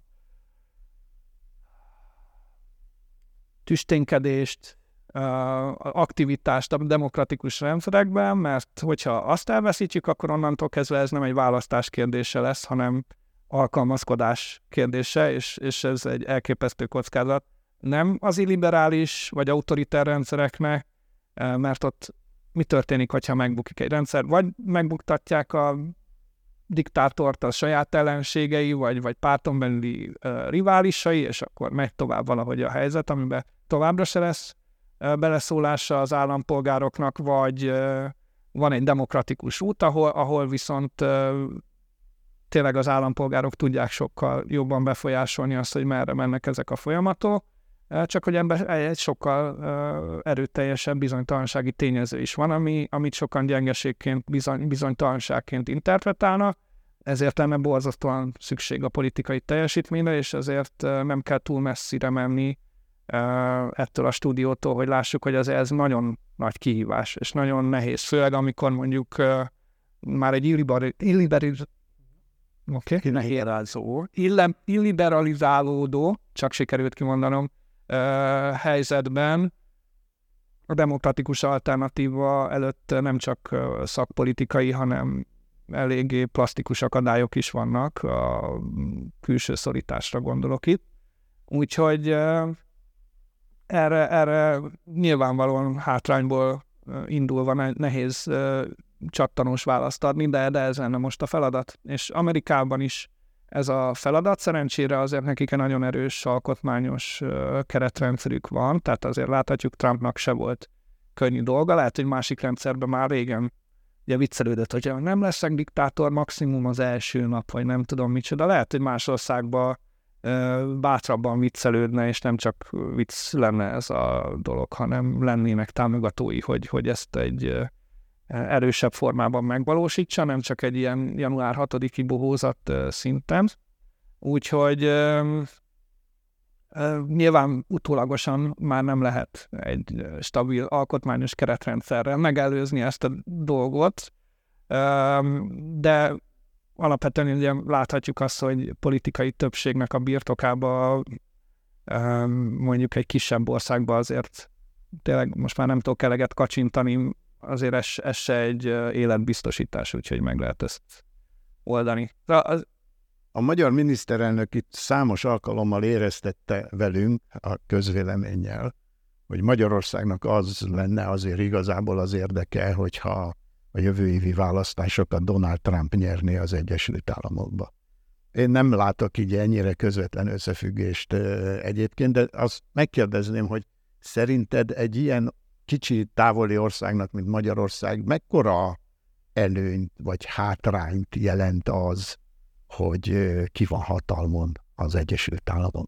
tüsténkedést, aktivitást a demokratikus rendszerekben, mert hogyha azt elveszítjük, akkor onnantól kezdve ez nem egy választás kérdése lesz, hanem alkalmazkodás kérdése, és, és ez egy elképesztő kockázat. Nem az illiberális vagy autoriter rendszereknek, mert ott mi történik, hogyha megbukik egy rendszer? Vagy megbuktatják a diktátort a saját ellenségei, vagy, vagy párton belüli uh, riválisai, és akkor megy tovább valahogy a helyzet, amiben továbbra se lesz uh, beleszólása az állampolgároknak, vagy uh, van egy demokratikus út, ahol, ahol viszont uh, tényleg az állampolgárok tudják sokkal jobban befolyásolni azt, hogy merre mennek ezek a folyamatok, uh, csak hogy ebben egy sokkal uh, erőteljesebb bizonytalansági tényező is van, ami, amit sokan gyengeségként, bizony, bizonytalanságként interpretálnak, ezért lenne borzasztóan szükség a politikai teljesítményre, és ezért uh, nem kell túl messzire menni uh, ettől a stúdiótól, hogy lássuk, hogy ez, ez nagyon nagy kihívás, és nagyon nehéz, főleg amikor mondjuk uh, már egy illiberalizálódó, okay. Illim, illiberalizálódó, csak sikerült kimondanom, uh, helyzetben a demokratikus alternatíva előtt nem csak uh, szakpolitikai, hanem eléggé plastikus akadályok is vannak, a külső szorításra gondolok itt. Úgyhogy uh, erre, erre nyilvánvalóan hátrányból uh, indulva nehéz uh, csattanós választ adni, de, de ez lenne most a feladat. És Amerikában is ez a feladat. Szerencsére azért nekik egy nagyon erős alkotmányos keretrendszerük van, tehát azért láthatjuk, Trumpnak se volt könnyű dolga. Lehet, hogy másik rendszerben már régen ugye viccelődött, hogy nem leszek diktátor maximum az első nap, vagy nem tudom micsoda. Lehet, hogy más országban bátrabban viccelődne, és nem csak vicc lenne ez a dolog, hanem lennének támogatói, hogy, hogy ezt egy erősebb formában megvalósítsa, nem csak egy ilyen január hatodiki bohózat szinten. Úgyhogy nyilván utólagosan már nem lehet egy stabil alkotmányos keretrendszerrel megelőzni ezt a dolgot, de alapvetően ugye láthatjuk azt, hogy politikai többségnek a birtokába mondjuk egy kisebb országban azért tényleg most már nem tudok eleget kacsintani, azért ez, ez se egy életbiztosítás, úgyhogy meg lehet ezt oldani. Az... A magyar miniszterelnök itt számos alkalommal éreztette velünk, a közvéleménnyel, hogy Magyarországnak az lenne azért igazából az érdeke, hogyha a jövő évi választásokat Donald Trump nyerné az Egyesült Államokba. Én nem látok így ennyire közvetlen összefüggést egyébként, de azt megkérdezném, hogy szerinted egy ilyen kicsi távoli országnak, mint Magyarország, mekkora előnyt vagy hátrányt jelent az, hogy ki van hatalmon az Egyesült Államok?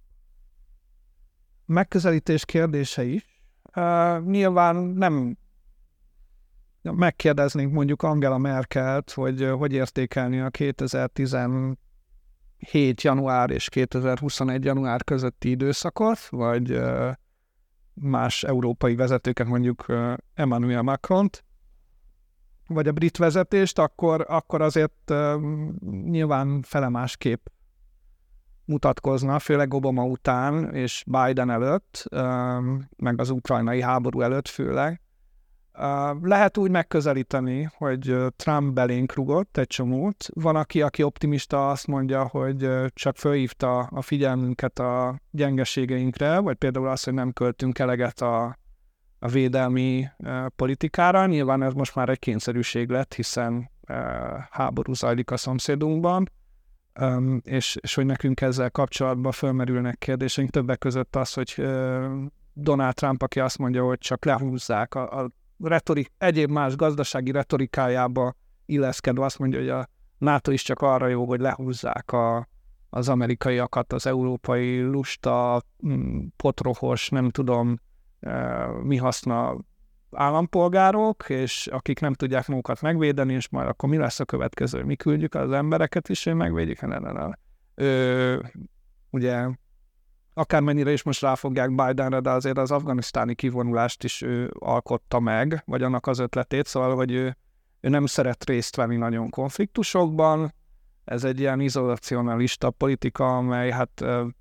Megközelítés kérdése is. Uh, nyilván nem megkérdeznénk mondjuk Angela Merkelt, hogy hogy értékelni a kétezer-tizenhét január és kétezer-huszonegy január közötti időszakot, vagy uh, más európai vezetőket, mondjuk uh, Emmanuel Macront, vagy a brit vezetést, akkor, akkor azért uh, nyilván fele másképp mutatkozna, főleg Obama után és Biden előtt, uh, meg az ukrajnai háború előtt főleg. Uh, lehet úgy megközelíteni, hogy uh, Trump belénk rugott egy csomót. Van, aki, aki optimista, azt mondja, hogy uh, csak fölhívta a figyelmünket a gyengeségeinkre, vagy például az, hogy nem költünk eleget a, a védelmi uh, politikára. Nyilván ez most már egy kényszerűség lett, hiszen uh, háború zajlik a szomszédunkban, um, és, és hogy nekünk ezzel kapcsolatban fölmerülnek kérdéseink. Többek között az, hogy uh, Donald Trump, aki azt mondja, hogy csak lehúzzák a, a retorik, egyéb más gazdasági retorikájába illeszkedve azt mondja, hogy a NATO is csak arra jó, hogy lehúzzák a, az amerikaiakat, az európai lusta, potrohos, nem tudom mi haszna állampolgárok, és akik nem tudják magukat megvédeni, és majd akkor mi lesz a következő? Mi küldjük az embereket is, hogy megvédjük? Ne, ne, ne. Ö, ugye akármennyire is most ráfogják Bidenre, de azért az afganisztáni kivonulást is ő alkotta meg, vagy annak az ötletét, szóval, hogy ő, ő nem szeret részt venni nagyon konfliktusokban. Ez egy ilyen izolacionalista politika, amely hát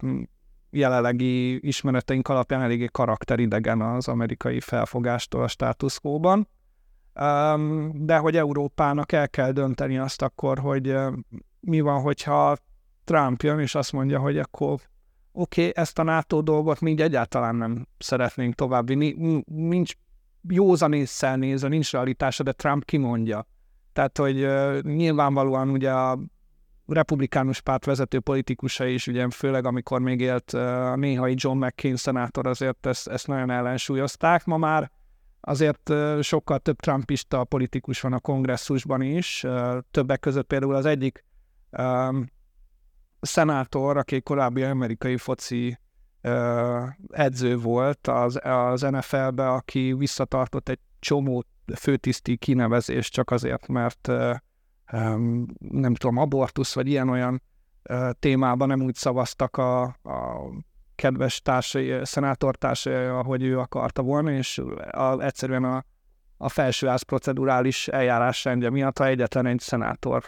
jelenlegi ismereteink alapján eléggé karakteridegen az amerikai felfogástól a status quo-ban. De hogy Európának el kell dönteni azt akkor, hogy mi van, hogyha Trump jön, és azt mondja, hogy akkor oké, okay, ezt a NATO dolgot mi így egyáltalán nem szeretnénk továbbvinni. Nincs józan ésszel nézve, nincs realitása, de Trump kimondja. Tehát, hogy uh, nyilvánvalóan ugye a republikánus párt vezető politikusai is, ugye főleg amikor még élt uh, a néhai John McCain szenátor, azért ezt, ezt nagyon ellensúlyozták. Ma már azért uh, sokkal több trumpista politikus van a kongresszusban is, uh, többek között például az egyik um, szenátor, aki korábbi amerikai foci uh, edző volt az, az en ef el-be, aki visszatartott egy csomó főtiszti kinevezést csak azért, mert uh, um, nem tudom, abortusz vagy ilyen-olyan uh, témában nem úgy szavaztak a, a kedves társai, szenátortársai, ahogy ő akarta volna, és a, egyszerűen a, a felsőház procedurális eljárásrendje miatt, ha egyetlen egy szenátor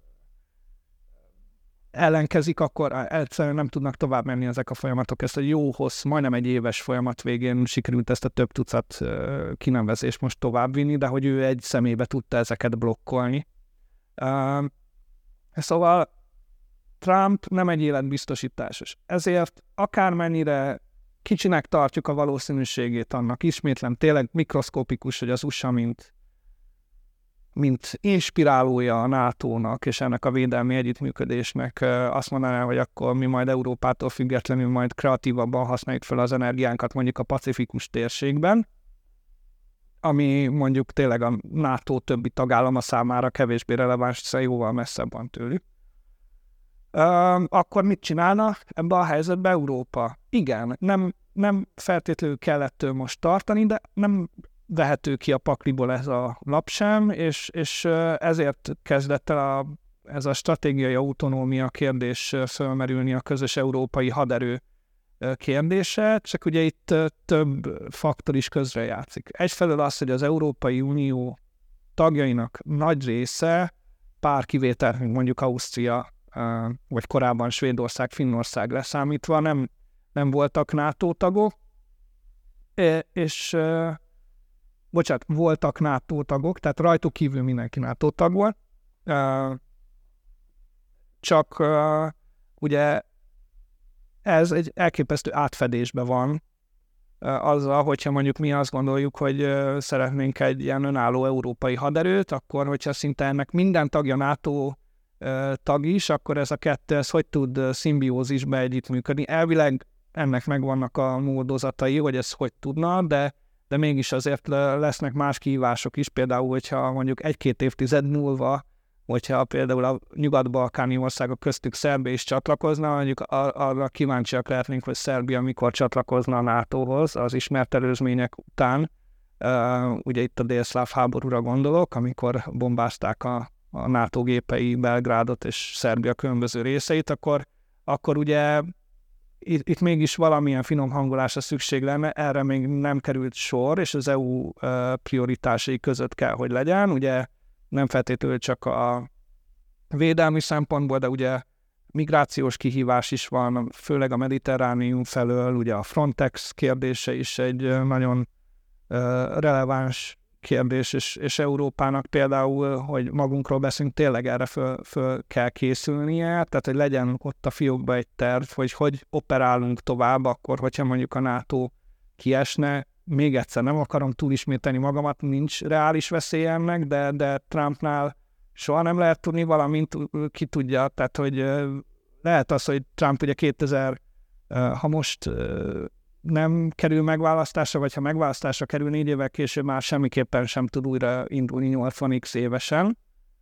ellenkezik, akkor egyszerűen nem tudnak tovább menni ezek a folyamatok. Ezt a jó hossz, majdnem egy éves folyamat végén sikerült ezt a több tucat kinevezést most továbbvinni, de hogy ő egy személybe tudta ezeket blokkolni. Uh, szóval Trump nem egy életbiztosításos. Ezért akármennyire kicsinek tartjuk a valószínűségét annak, ismétlem, tényleg mikroszkopikus, hogy az u es á, mint mint inspirálója a nátónak és ennek a védelmi együttműködésnek azt mondaná, hogy akkor mi majd Európától függetlenül majd kreatívabban használjuk fel az energiánkat mondjuk a Pacifikus térségben, ami mondjuk tényleg a NATO többi tagállama számára kevésbé releváns, hiszen jóval messzebb van tőlük. Akkor mit csinálna ebben a helyzetben Európa? Igen, nem, nem feltétlenül kellett most tartani, de nem vehető ki a pakliból ez a lap sem, és, és ezért kezdett el a, ez a stratégiai autonómia kérdés fölmerülni, a közös európai haderő kérdése, csak ugye itt több faktor is közrejátszik. Egyfelől az, hogy az Európai Unió tagjainak nagy része, pár kivétel, mint mondjuk Ausztria, vagy korábban Svédország, Finnország leszámítva, nem, nem voltak NATO tagok, és bocsánat, voltak NATO tagok, tehát rajtuk kívül mindenki NATO tag volt, csak ugye ez egy elképesztő átfedésben van azzal, hogyha mondjuk mi azt gondoljuk, hogy szeretnénk egy ilyen önálló európai haderőt, akkor hogyha szinte ennek minden tagja NATO tag is, akkor ez a kettő, ez hogy tud szimbiózisbe együttműködni. Elvileg ennek megvannak a módozatai, hogy ez hogy tudna, de, de mégis azért lesznek más kihívások is, például, hogyha mondjuk egy-két évtized múlva, hogyha például a nyugat-balkáni országok köztük Szerbia is csatlakozna, mondjuk arra kíváncsiak lehetnénk, hogy Szerbia mikor csatlakozna a nátóhoz az ismert előzmények után. Uh, ugye itt a délszláv háborúra gondolok, amikor bombázták a, a NATO gépei Belgrádot és Szerbia különböző részeit, akkor, akkor ugye itt, itt mégis valamilyen finom hangolásra szükség lenne, erre még nem került sor, és az é u uh, prioritásai között kell, hogy legyen. Ugye nem feltétlenül csak a védelmi szempontból, de ugye migrációs kihívás is van, főleg a Mediterránium felől, ugye a Frontex kérdése is egy nagyon uh, releváns kérdés, és, és Európának például, hogy magunkról beszélünk, tényleg erre föl, föl kell készülnie, tehát hogy legyen ott a fiókban egy terv, hogy hogy operálunk tovább, akkor, hogyha mondjuk a NATO kiesne. Még egyszer nem akarom túlismételni magamat, nincs reális veszély ennek, de, de Trumpnál soha nem lehet tudni, valamint ki tudja, tehát hogy lehet az, hogy Trump ugye kétezer, ha most nem kerül megválasztásra, vagy ha megválasztásra kerül négy évvel később, már semmiképpen sem tud újra indulni nyolcvan x évesen,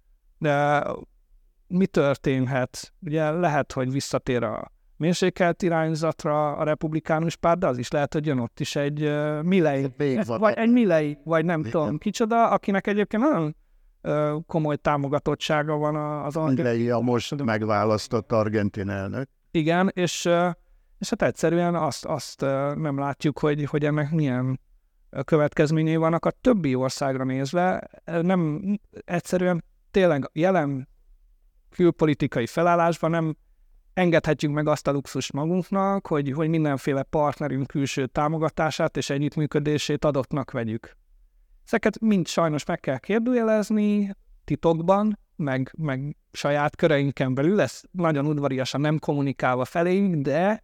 de mi történhet? Ugye lehet, hogy visszatér a mérsékelt irányzatra a republikánus párt, de az is lehet, hogy jön ott is egy uh, Milley, vagy egy Milley, vagy nem igen. tudom kicsoda, akinek egyébként nagyon uh, komoly támogatottsága van az argentin. Milley a most megválasztott argentin elnök. Igen, és, uh, és hát egyszerűen azt, azt uh, nem látjuk, hogy, hogy ennek milyen következményei vannak a többi országra nézve. Nem egyszerűen tényleg jelen külpolitikai felállásban nem engedhetjük meg azt a luxust magunknak, hogy, hogy mindenféle partnerünk külső támogatását és együttműködését adottnak vegyük. Ezeket mind sajnos meg kell kérdőjelezni titokban, meg, meg saját köreinken belül, ez nagyon udvariasan nem kommunikálva felénk, de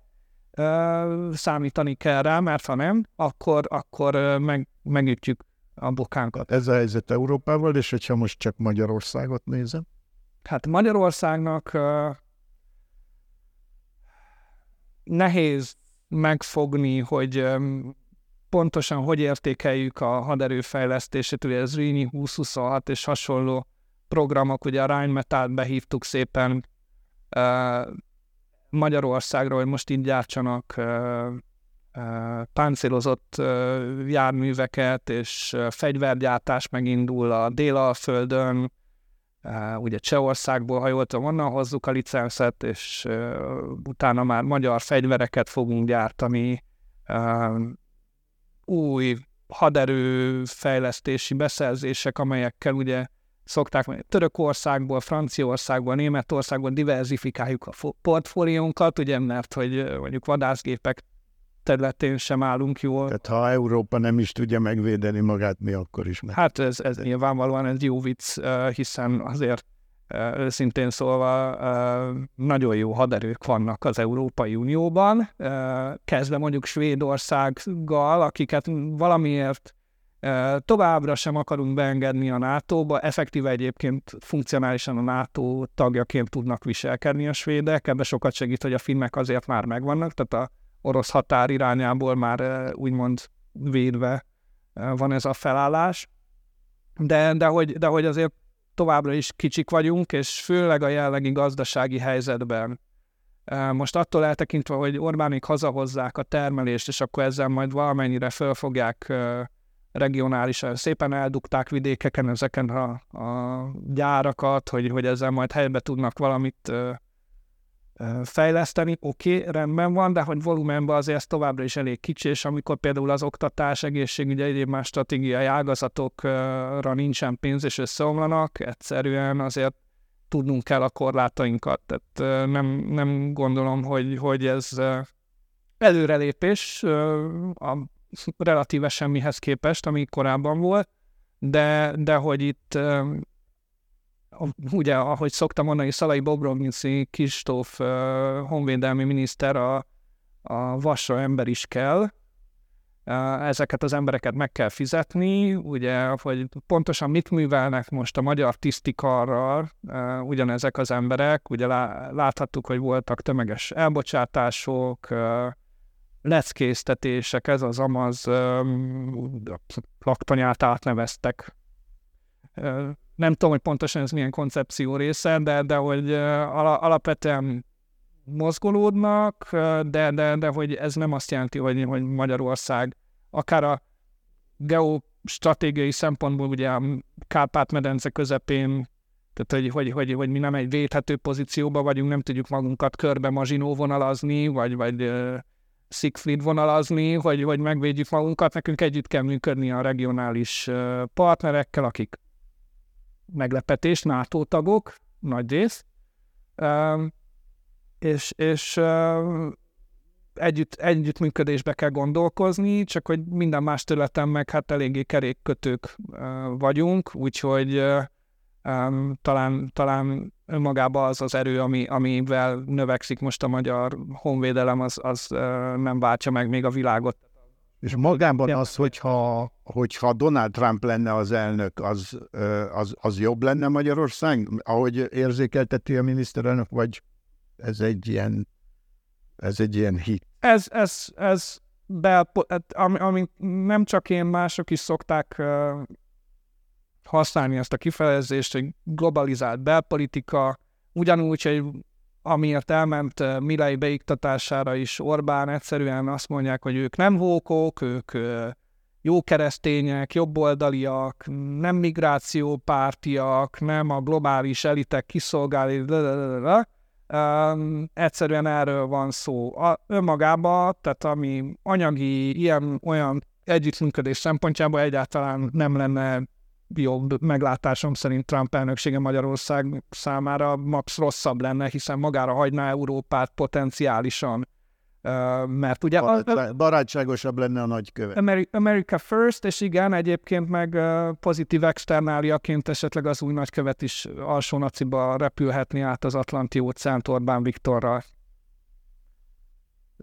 ö, számítani kell rá, mert ha nem, akkor, akkor ö, meg, megütjük a bokánkat. Ez a helyzet Európával, és hogyha most csak Magyarországot nézem? Hát Magyarországnak ö, nehéz megfogni, hogy pontosan hogy értékeljük a haderőfejlesztését, ugye ez Rényi húsz-huszonhat és hasonló programok, ugye a Rheinmetallt behívtuk szépen uh, Magyarországra, hogy most így gyártsanak uh, uh, páncélozott uh, járműveket, és uh, fegyvergyártás megindul a Délalföldön, Uh, ugye Csehországból, ha jól tudom, onnan hozzuk a licenszet, és uh, utána már magyar fegyvereket fogunk gyártani, uh, új haderőfejlesztési beszerzések, amelyekkel ugye szokták mondani, Törökországból, Franciaországból, Németországból diverzifikáljuk a portfóliónkat, ugye, mert hogy mondjuk vadászgépek területén sem állunk jól. Tehát ha Európa nem is tudja megvédeni magát, mi akkor is meg. Hát ez, ez nyilvánvalóan egy jó vicc, hiszen azért őszintén szólva nagyon jó haderők vannak az Európai Unióban, kezdve mondjuk Svédországgal, akiket valamiért Továbbra sem akarunk beengedni a nátóba, effektíve egyébként funkcionálisan a NATO tagjaként tudnak viselkedni a svédek, ebben sokat segít, hogy a finnek azért már megvannak, tehát a orosz határ irányából már úgymond védve van ez a felállás, de, de, hogy, de hogy azért továbbra is kicsik vagyunk, és főleg a jelenlegi gazdasági helyzetben. Most attól eltekintve, hogy Orbánék hazahozzák a termelést, és akkor ezzel majd valamennyire föl fogják regionálisan, szépen eldugták vidékeken ezeken a, a gyárakat, hogy, hogy ezzel majd helybe tudnak valamit ö, ö, fejleszteni. Oké, okay, rendben van, de hogy volumenben azért ez továbbra is elég kicsi, és amikor például az oktatás, egészségügy, egyéb más stratégiai ágazatokra nincsen pénz és összeomlanak, egyszerűen azért tudnunk kell a korlátainkat. Tehát nem, nem gondolom, hogy, hogy ez előrelépés a relatíve semmihez képest, ami korábban volt, de, de hogy itt ugye, ahogy szoktam mondani, Szalai Bobrovnici Kristóf honvédelmi miniszter, a, a vasra ember is kell, ezeket az embereket meg kell fizetni, ugye, hogy pontosan mit művelnek most a magyar tisztikarral ugyanezek az emberek, ugye láthattuk, hogy voltak tömeges elbocsátások, leckéztetések, ez az amaz, laktanyát átneveztek. Nem tudom, hogy pontosan ez milyen koncepció része, de, de hogy alapvetően mozgolódnak, de, de, de hogy ez nem azt jelenti, hogy, hogy Magyarország akár a geostratégiai szempontból ugye a Kárpát-medence közepén, tehát hogy, hogy, hogy, hogy mi nem egy védhető pozícióban vagyunk, nem tudjuk magunkat körbe mazsinó vonalazni, vagy, vagy Siegfried vonalazni, hogy, hogy megvédjük magunkat, nekünk együtt kell működni a regionális partnerekkel, akik meglepetés, NATO tagok, nagy rész, és, és együtt, együttműködésbe kell gondolkozni, csak hogy minden más területen meg hát eléggé kerékkötők vagyunk, úgyhogy Um, talán, talán önmagában az az erő, ami, amivel növekszik most a magyar honvédelem, az, az uh, nem váltja meg még a világot. És magában ja. az, hogyha, hogyha Donald Trump lenne az elnök, az, az, az jobb lenne Magyarország, ahogy érzékelteti a miniszterelnök, vagy ez egy ilyen, ez egy ilyen hit? Ez, ez, ez belpo- ami, ami nem csak én, mások is szokták uh, használni ezt a kifejezést, hogy globalizált belpolitika, ugyanúgy, hogy amiért elment Milei beiktatására is Orbán, egyszerűen azt mondják, hogy ők nem vókok, ők jó keresztények, jobboldaliak, nem migrációpártiak, nem a globális elitek kiszolgálni, um, egyszerűen erről van szó. A, önmagában, tehát ami anyagi, ilyen, olyan együttműködés szempontjából egyáltalán nem lenne jobb meglátásom szerint Trump elnöksége Magyarország számára max rosszabb lenne, hiszen magára hagyná Európát potenciálisan, mert ugye... Barát, barátságosabb lenne a nagykövet. America first, és igen, egyébként meg pozitív externáliaként esetleg az új nagykövet is alsó naciba repülhetni át az Atlanti-óceánt Orbán Viktorral.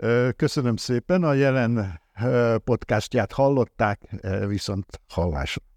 Köszönöm szépen, a Jelen podcastját hallották, viszont hallásra.